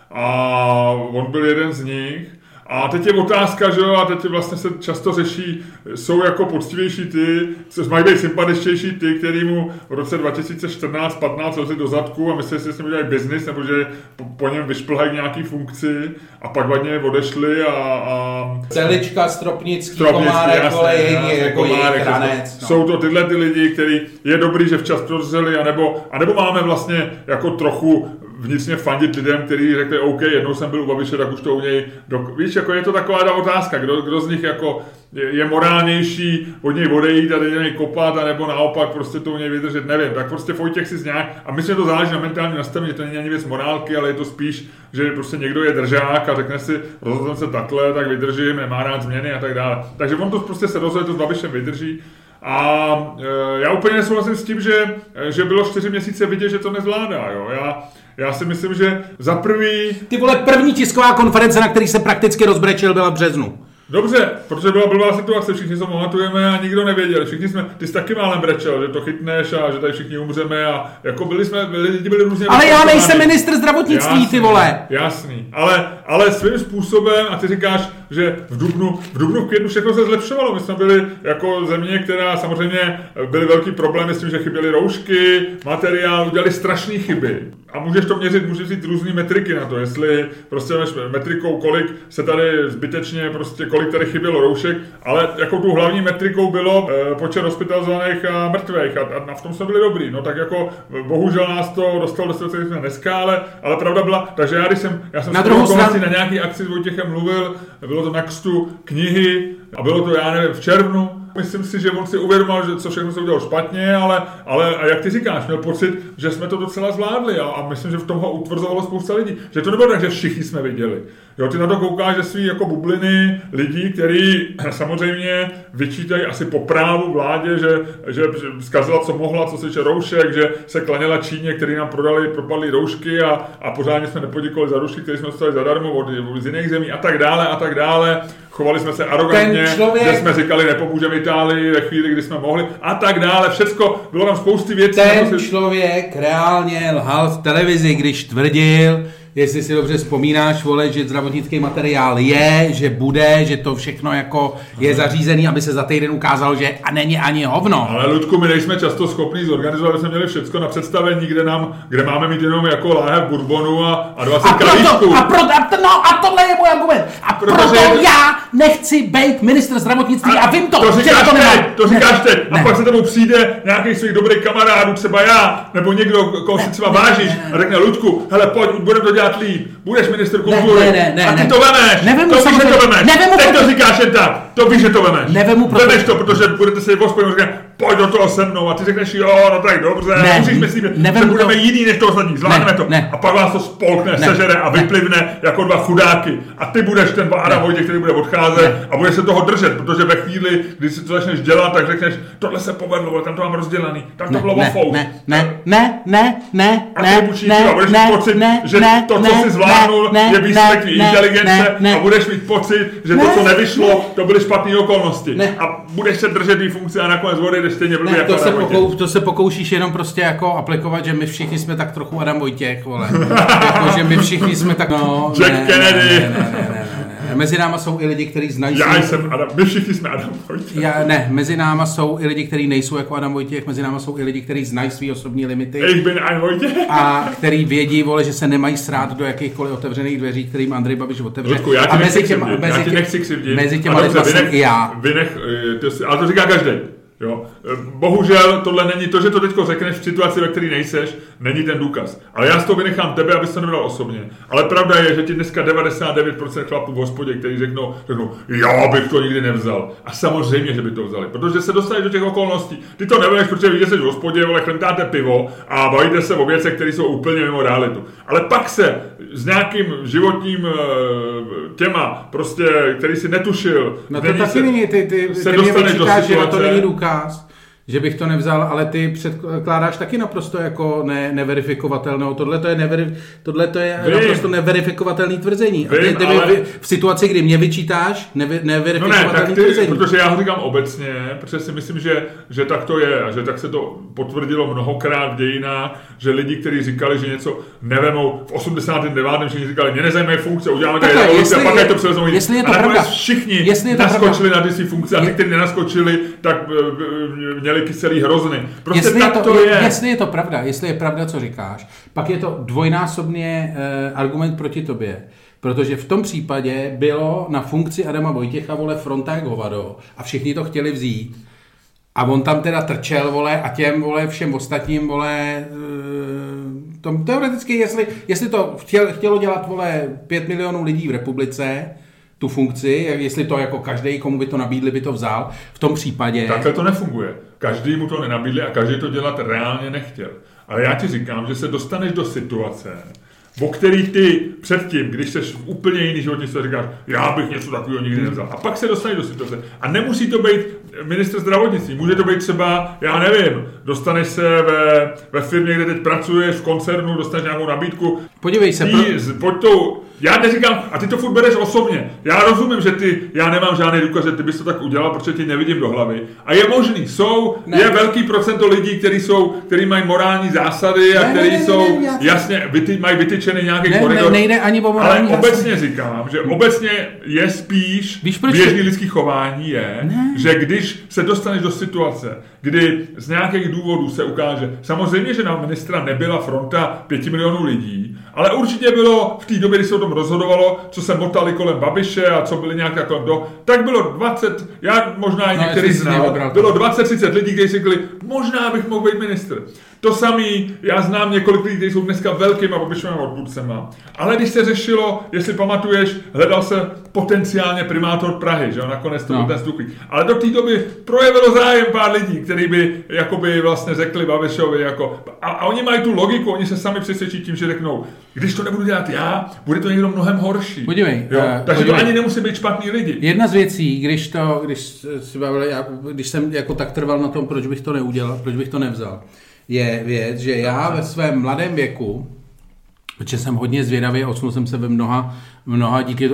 A on byl jeden z nich. A teď je otázka, že jo, a teď vlastně se často řeší, jsou jako poctivější ty, co mají být sympatičtější ty, který mu v roce dva tisíce čtrnáct patnáct lezli do zadku a myslí si, že s ním udělají biznis, nebo že po, po něm vyšplhají nějaký funkci a pak vadně odešli a... a Celička, Stropnický, Stropnický Komárek, vole, jejich, jako jejich ranec. No. Jsou to tyhle ty lidi, kteří je dobrý, že včas prozřeli, anebo, anebo máme vlastně jako trochu vnitřně fandit lidem, kteří řekli, OK, jednou jsem byl u Babiše, tak už to u něj... Do... Víš, jako je to taková ta otázka, kdo, kdo z nich jako je, je morálnější od něj odejít a teď něj kopat, anebo naopak prostě to u něj vydržet, nevím. Tak prostě Vojtěch si z nějak... A myslím, že to záleží na mentální nastavení, to není ani věc morálky, ale je to spíš, že prostě někdo je držák a řekne si, rozhodl se takhle, tak vydržím, nemá rád změny a tak dále. Takže on to prostě se rozhodne, to s Babišem vydrží. A e, já úplně nesouhlasím s tím, že, že bylo čtyři měsíce vidět, že to nezvládá. Jo. Já, já si myslím, že za prvý... Ty vole, první tisková konference, na který se prakticky rozbrečil, byla v březnu. Dobře, protože byla blbá situace, všichni to pamatujeme a nikdo nevěděl. Všichni jsme, ty jsi taky málem brečel, že to chytneš a že tady všichni umřeme a jako byli jsme, byli, lidi byli různě... Ale já nejsem ministr zdravotnictví, jasný, ty vole. Jasný, ale, ale svým způsobem, a ty říkáš, že v dubnu, v dubnu, v květnu všechno se zlepšovalo. My jsme byli jako země, která samozřejmě byly velký problémy s tím, že chyběly roušky, materiál, udělali strašné chyby. A můžeš to měřit, můžeš říct různý metriky na to, jestli prostě metrikou, kolik se tady zbytečně, prostě kolik tady chybělo roušek, ale jako tu hlavní metrikou bylo e, počet hospitalizovaných a mrtvých a, a v tom jsme byli dobrý. No tak jako bohužel nás to dostalo do situace, jsme dneska, ale, ale pravda byla, takže já když jsem, já jsem na, druhou stranu... na nějaký akci s Vojtěchem mluvil, bylo to na křtu knihy a bylo to, já nevím, v červnu. Myslím si, že on si uvědomil, že co všechno se udělalo špatně, ale, ale a jak ty říkáš, měl pocit, že jsme to docela zvládli a, a myslím, že v tom ho utvrzovalo spousta lidí. Že to nebylo tak, že všichni jsme viděli. Jo, ty na to koukáš, že svý jako bubliny lidí, který samozřejmě vyčítají asi po právu vládě, že, že zkazila, co mohla, co se týče roušek, že se klaněla Číně, který nám prodali, propadly roušky a, a pořádně jsme nepoděkovali za roušky, které jsme dostali zadarmo od, od z jiných zemí a tak dále a tak dále. Chovali jsme se arrogantně, člověk... že jsme říkali, nepomůžeme Itálii ve chvíli, kdy jsme mohli a tak dále. Všecko, bylo tam spousty věcí. Ten si... člověk reálně lhal v televizi, když tvrdil, jestli si dobře vzpomínáš, vole, že zdravotnický materiál je, že bude, že to všechno jako je zařízený, aby se za týden ukázalo, že a není ani hovno. Ale Ludku, my nejsme často schopní zorganizovat, aby jsme měli všecko na představení, kde nám, kde máme mít jenom jako láhev bourbonu a, a dvacet kalíšků. A, proto, a, no, a tohle je můj argument. A Protože proto je... já nechci být ministr zdravotnictví a, a vím to, to říkáš to teď, to říkáš teď. A pak se tebou přijde nějaký svých dobrých kamarádů, třeba já, nebo někdo, koho si třeba vážíš a řekne, Ludku, hele, pojď, budeme to dělat líp. Budeš ministr kultury ne, ne, ne, a ty ne. to vemeš. Nevemu, to víš, že to vemeš. Nevemu, teď to říkáš jen tak. To víš, že to vemeš. Nevemu, vemeš to, protože budete se hospodinu říkat, pojď do toho se mnou a ty řekneš, jo, no tak dobře, ne, musíš myslet, že budeme to... jiný než to ostatní, zvládneme to. Ne. A pak vás to spolkne, ne. sežere a vyplivne jako dva chudáky. A ty budeš ten Adam Vojtěch, který bude odcházet ne. a budeš se toho držet, protože ve chvíli, kdy si to začneš dělat, tak řekneš, tohle se povedlo, tam to mám rozdělaný, tam to bylo wafou. Ne, ne, ne, ne, ne, a ty bučíš a budeš mít pocit, že to, co si zvládnul, je výsledek tvý inteligence a budeš mít pocit, že to, co nevyšlo, to byly špatné okolnosti. A budeš se držet té funkce a nakonec odejdeš bude stejně blbý ne, jako to, se Adam pokou, to se pokoušíš jenom prostě jako aplikovat, že my všichni jsme tak trochu Adam Vojtěch, vole. Jako, že my všichni jsme tak, no... Jack ne, Kennedy. Ne, ne, ne, ne, ne, ne. Mezi náma jsou i lidi, kteří znají... Já svůj... jsem Adam, my všichni jsme Adam Vojtěch. Já, ne, mezi náma jsou i lidi, kteří nejsou jako Adam Vojtěch, mezi náma jsou i lidi, kteří znají svý osobní limity. Ich bin ein Vojtěch. A který vědí, vole, že se nemají srát do jakýchkoliv otevřených dveří, kterým Andrej Babiš otevře. Ludku, já ti a nechci mezi těma, křivdit, mezi já ti tě, nechci křivdit. Mezi těma lidma jsem i já. Vynech, to si, ale to říká každý. Jo. Bohužel tohle není to, že to teďko řekneš v situaci, ve které nejseš, není ten důkaz. Ale já z toho vynechám tebe, abys to nebral osobně. Ale pravda je, že ti dneska devadesát devět procent chlapů v hospodě, kteří řeknou, řeknou, já bych to nikdy nevzal. A samozřejmě, že by to vzali, protože se dostaneš do těch okolností. Ty to nevíš, protože víte, jsi v hospodě, vole, chlemtáte pivo a bavíte se o věcech, které jsou úplně mimo realitu. Ale pak se s nějakým životním těma, prostě, který si netušil. No to taky se, není, ty, ty, se ty dostaneš do situace. Že na to není důkaz, že bych to nevzal, ale ty předkládáš taky naprosto jako ne, neverifikovatelnou. Tohle to je, neveri, tohle to je naprosto neverifikovatelný tvrzení. A ty, ty ale... vy, v situaci, kdy mě vyčítáš nevi, neverifikovatelný no ne, tak ty, tvrzení. Protože já ho říkám obecně, protože si myslím, že, že tak to je a že tak se to potvrdilo mnohokrát v dějinách, že lidi, kteří říkali, že něco nevemou v osmdesátém devátém že říkali, mě nezajímají funkce, uděláme tady revoluci a pak je to převezmou. Jestli je to a pravda. Všichni jestli je to naskočili pravda. na ty funkce a ty, kteří nenaskočili, tak měli kyselý hrozny. Prostě jestli, tak je to, to je. jestli je to pravda, jestli je pravda, co říkáš, pak je to dvojnásobně eh, argument proti tobě. Protože v tom případě bylo na funkci Adama Vojtěcha, vole, fronta jak hovado a všichni to chtěli vzít. A on tam teda trčel, vole, a těm, vole, všem ostatním, vole, tom, teoreticky, jestli, jestli to chtěl, chtělo dělat, vole, pět milionů lidí v republice, tu funkci, jestli to jako každý, komu by to nabídli, by to vzal, v tom případě... Takhle to nefunguje. Každý mu to nenabídli a každý to dělat reálně nechtěl. Ale já ti říkám, že se dostaneš do situace, o který ty předtím, když jsi v úplně jiný životní situaci, říkáš, já bych něco takového nikdy nevzal. A pak se dostaneš do situace. A nemusí to být ministr zdravotnictví, může to být třeba, já nevím, dostaneš se ve, ve firmě, kde teď pracuješ, v koncernu, dostaneš nějakou nabídku. Podívej se. Ty, pro... pojď tou, já neříkám, a ty to furt bereš osobně. Já rozumím, že ty, já nemám žádný důkaz, že ty bys to tak udělal, protože ti nevidím do hlavy. A je možný, jsou, ne. je velký procento lidí, kteří jsou, kteří mají morální zásady a kteří jsou, ne, ne, jasně, vyty, mají vytyčený nějaký ne, koridor. Ne, nejde ani o morální ale obecně zásady. říkám, že obecně je spíš Víš, proč běžný lidský chování je, ne. že když se dostaneš do situace, kdy z nějakých důvodů se ukáže, samozřejmě, že na ministra nebyla fronta pěti milionů lidí, ale určitě bylo v té době, kdy se o tom rozhodovalo, co se motali kolem Babiše a co byli nějak kolem do, tak bylo dvacet, já možná i některý no, znal, bylo dvacet třicet lidí, kteří si řekli, možná bych mohl být ministr. To samý, já znám několik lidí, kteří jsou dneska velkýma Babišovými odpůrcema. Ale když se řešilo, jestli pamatuješ, hledal se potenciálně primátor Prahy, že jo, nakonec to no. byl ten Stuchlík. Ale do té doby projevilo zájem pár lidí, kteří by jakoby vlastně řekli Babišovi, jako, a, a oni mají tu logiku, oni se sami přesvědčí tím, že řeknou, když to nebudu dělat já, bude to někdo mnohem horší. Podívej. Jo? Uh, Takže podívej. to ani nemusí být špatný lidi. Jedna z věcí, když to, když, si bavili, já, když jsem jako tak trval na tom, proč bych to neudělal, proč bych to nevzal, je věc, že já ve svém mladém věku, protože jsem hodně zvědavý, odsunul jsem se ve mnoha, mnoha díky,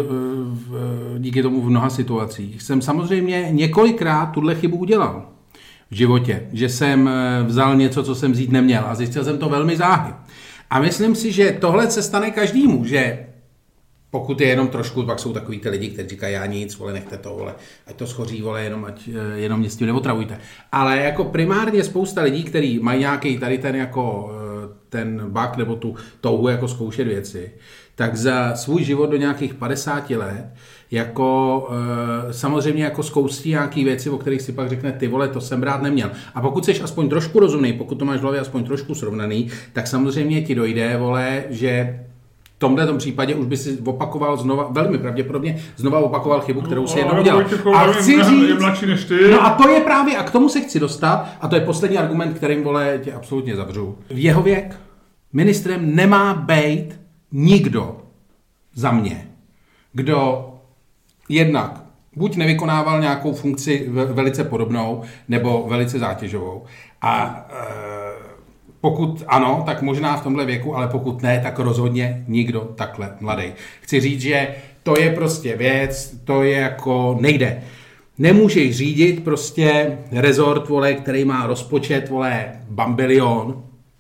díky tomu v mnoha situacích, jsem samozřejmě několikrát tuhle chybu udělal v životě, že jsem vzal něco, co jsem vzít neměl a zjistil jsem to velmi záhy. A myslím si, že tohle se stane každému, že pokud je jenom trošku, pak jsou takový ty lidi, kteří říkají, já nic, vole, nechte to, vole, ať to schoří, vole, jenom, ať, jenom mě s tím neotravujte. Ale jako primárně spousta lidí, kteří mají nějaký tady ten jako ten bug nebo tu touhu jako zkoušet věci, tak za svůj život do nějakých padesáti let jako samozřejmě jako zkoustí nějaký věci, o kterých si pak řekne, ty vole, to jsem rád neměl. A pokud jsi aspoň trošku rozumný, pokud to máš v hlavě aspoň trošku srovnaný, tak samozřejmě ti dojde, vole, že v tomhle tom případě už by si opakoval znova, velmi pravděpodobně, znova opakoval chybu, kterou no, si jednou udělal. A chci říct, no a to je právě, a k tomu se chci dostat, a to je poslední argument, kterým, vole, tě absolutně zavřu. V jeho věk ministrem nemá bejt nikdo za mě, kdo jednak buď nevykonával nějakou funkci velice podobnou, nebo velice zátěžovou. A e, pokud ano, tak možná v tomhle věku, ale pokud ne, tak rozhodně nikdo takhle mladý. Chci říct, že to je prostě věc, to je jako nejde. nemůžeš řídit prostě rezort, vole, který má rozpočet, vole, bambilion,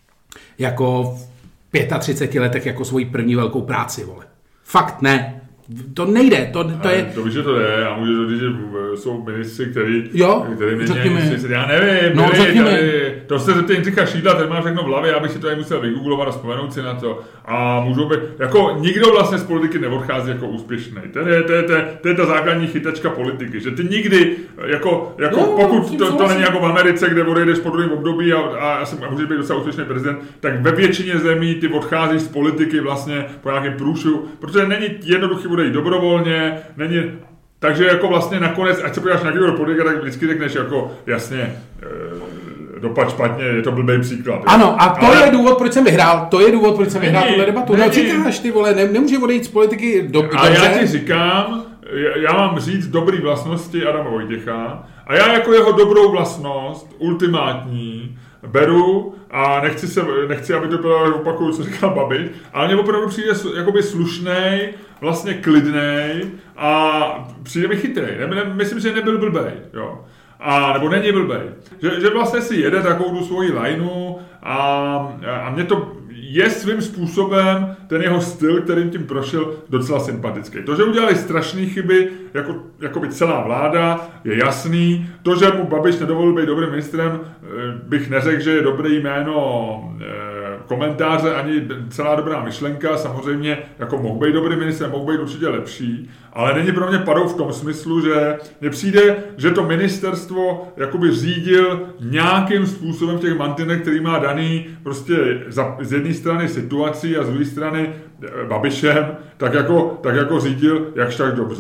jako v třiceti pěti letech jako svoji první velkou práci, vole. Fakt ne. To nejde, to, to je... To víš, že to jde, a můžu říct, že jsou ministři, který... Jo, který mě řekněme. Mění, já nevím, no, nevím, tady, to se zeptej Jindřicha Šídla, ten má všechno v hlavě, já bych si to tady musel vygooglovat a vzpomenout si na to. A můžou být, jako nikdo vlastně z politiky neodchází jako úspěšný. To je, to je, to je, to je ta základní chytačka politiky, že ty nikdy, jako, jako no, pokud to, to není jako v Americe, kde odejdeš po druhém období a, a, a můžeš být docela úspěšný prezident, tak ve většině zemí ty odcházíš z politiky vlastně po nějakém průšvihu, protože není jednoduchý odejít dobrovolně, není, takže jako vlastně nakonec, ať se podíváš na nějakého politika, tak vždycky řekneš jako jasně, e, dopad špatně, je to blbý příklad. Ano, a to ale... je důvod, proč jsem vyhrál, to je důvod, proč jsem není, vyhrál tuhle debatu. No říkáš ty vole, ne, nemůže odejít z politiky do, a dobře. Já ti říkám, já mám říct dobrý vlastnosti Adama Vojtěcha a já jako jeho dobrou vlastnost, ultimátní, beru a nechci, se, nechci aby to bylo, opakuju, co říkal Babiš, ale mě opravdu přijde jakoby slušnej, vlastně klidnej a přijde mi chytrej. Ne, ne, myslím, že nebyl blbej, jo. A, nebo není blbej. Že, že vlastně si jede takovou tu svoji lineu a, a mě to je svým způsobem ten jeho styl, kterým tím prošel, docela sympatický. To, že udělali strašné chyby, jako, jako by celá vláda, je jasný. To, že mu Babiš nedovolil být dobrým ministrem, bych neřekl, že je dobré jméno komentáře, ani celá dobrá myšlenka. Samozřejmě jako mohl být dobrý ministr, mohl být určitě lepší, ale není pro mě padou v tom smyslu, že mně přijde, že to ministerstvo jakoby řídil nějakým způsobem v těch mantinech, který má daný prostě za, z jedné strany situací a z druhé strany Babišem, tak jako, tak jako řídil jakž tak dobře.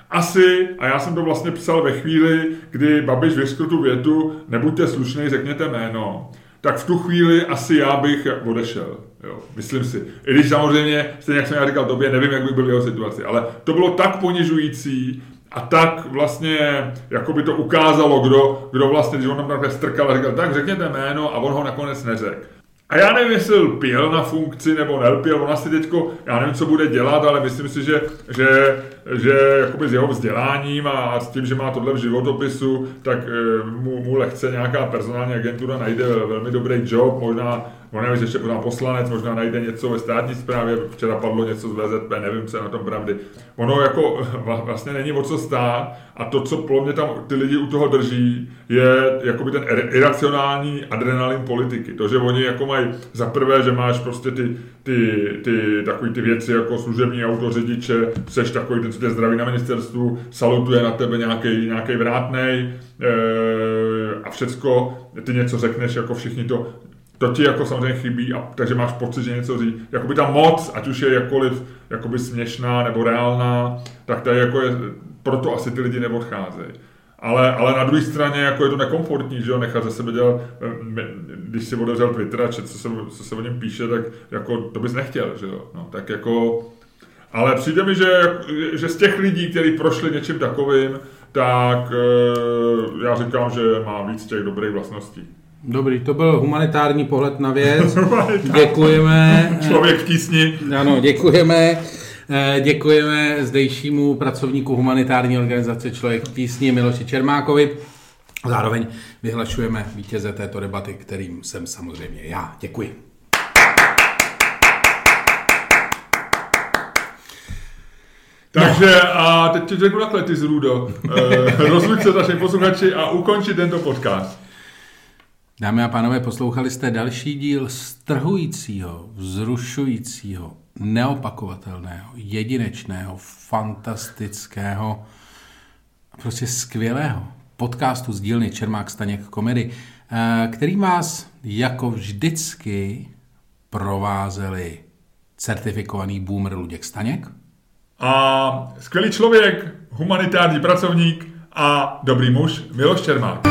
Asi, a já jsem to vlastně psal ve chvíli, kdy Babiš vyřkl tu větu, nebuďte slušnej, řekněte jméno, tak v tu chvíli asi já bych odešel, jo, myslím si. I když samozřejmě, stejně jak jsem já říkal tobě, nevím, jak bych byl v jeho situaci, ale to bylo tak ponižující a tak vlastně, jako by to ukázalo, kdo, kdo vlastně, když on tam takhle strkal a říkal, tak řekněte jméno a on ho nakonec neřekl. A já nevím, jestli lpěl na funkci nebo nelpěl, on asi teďko, já nevím, co bude dělat, ale myslím si, že, že, že jakoby s jeho vzděláním a s tím, že má tohle v životopisu, tak mu, mu lehce nějaká personální agentura najde velmi dobrý job, možná, on nevím, že ještě pořád poslanec, možná najde něco ve státní správě, včera padlo něco z V Z P, nevím, co je na tom pravdy. Ono jako vlastně není o co stát a to, co podle mě tam ty lidi u toho drží, je jakoby ten iracionální adrenalin politiky. To, že oni jako mají za prvé, že máš prostě ty, ty, ty takový ty věci jako služební auto, řidiče, seš takový ten, co tě zdraví na ministerstvu, salutuje na tebe nějaký, nějaký vrátnej e, a všecko, ty něco řekneš, jako všichni to, to ti jako samozřejmě chybí, a, takže máš pocit, že něco říct. Jakoby ta moc, ať už je jakkoliv jakoby směšná nebo reálná, tak to je jako je, proto asi ty lidi neodcházejí. Ale, ale na druhé straně jako je to nekomfortní, že jo, nechat ze sebe dělat, když si otevřel Twitter a čet, co se, co se o něm píše, tak jako to bys nechtěl, že jo, no, tak jako, ale přijde mi, že, že z těch lidí, kteří prošli něčím takovým, tak já říkám, že má víc těch dobrých vlastností. Dobrý, to byl humanitární pohled na věc. Děkujeme. Člověk v tísni. Ano, děkujeme. Děkujeme zdejšímu pracovníku humanitární organizace Člověk v tísni Miloši Čermákovi. Zároveň vyhlašujeme vítěze této debaty, kterým jsem samozřejmě já. Děkuji. Takže a teď ti řeknu takhle, ty zrůdo. Rozluč se naši posluchači a ukonči tento podcast. Dámy a pánové, poslouchali jste další díl strhujícího, vzrušujícího, neopakovatelného, jedinečného, fantastického, prostě skvělého podcastu z dílny Čermák Staněk Komedy, který vás jako vždycky provázeli certifikovaný boomer Luděk Staněk a skvělý člověk, humanitární pracovník a dobrý muž Miloš Čermák.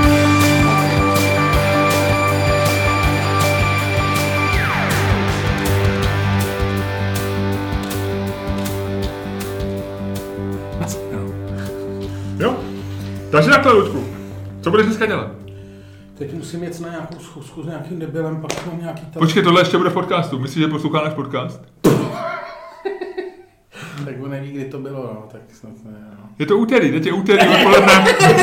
Jo, takže takhle, Luďku. Co budeš dneska dělat? Teď musím jet na nějakou schůzku s nějakým debilem, pak mám nějaký... Tam... Počkej, tohle ještě bude v podcastu. Myslíš, že poslouchá náš podcast? Tak on neví, kdy to bylo, no, tak snad ne, no. Je to úterý, teď je úterý odpoledne.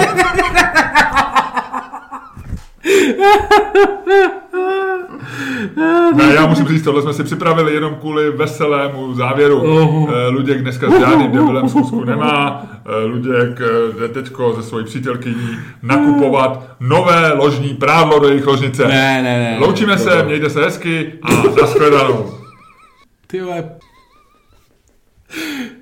Ne, já musím říct, tohle jsme si připravili jenom kvůli veselému závěru. Uh, Luděk dneska s žádným debilem schůzku nemá. Luděk jde teďko ze svojí přítelkyní nakupovat nové ložní prádlo do jejich ložnice. Ne, ne, ne. Loučíme se, to... mějte se hezky a nashledanou. Ty vole.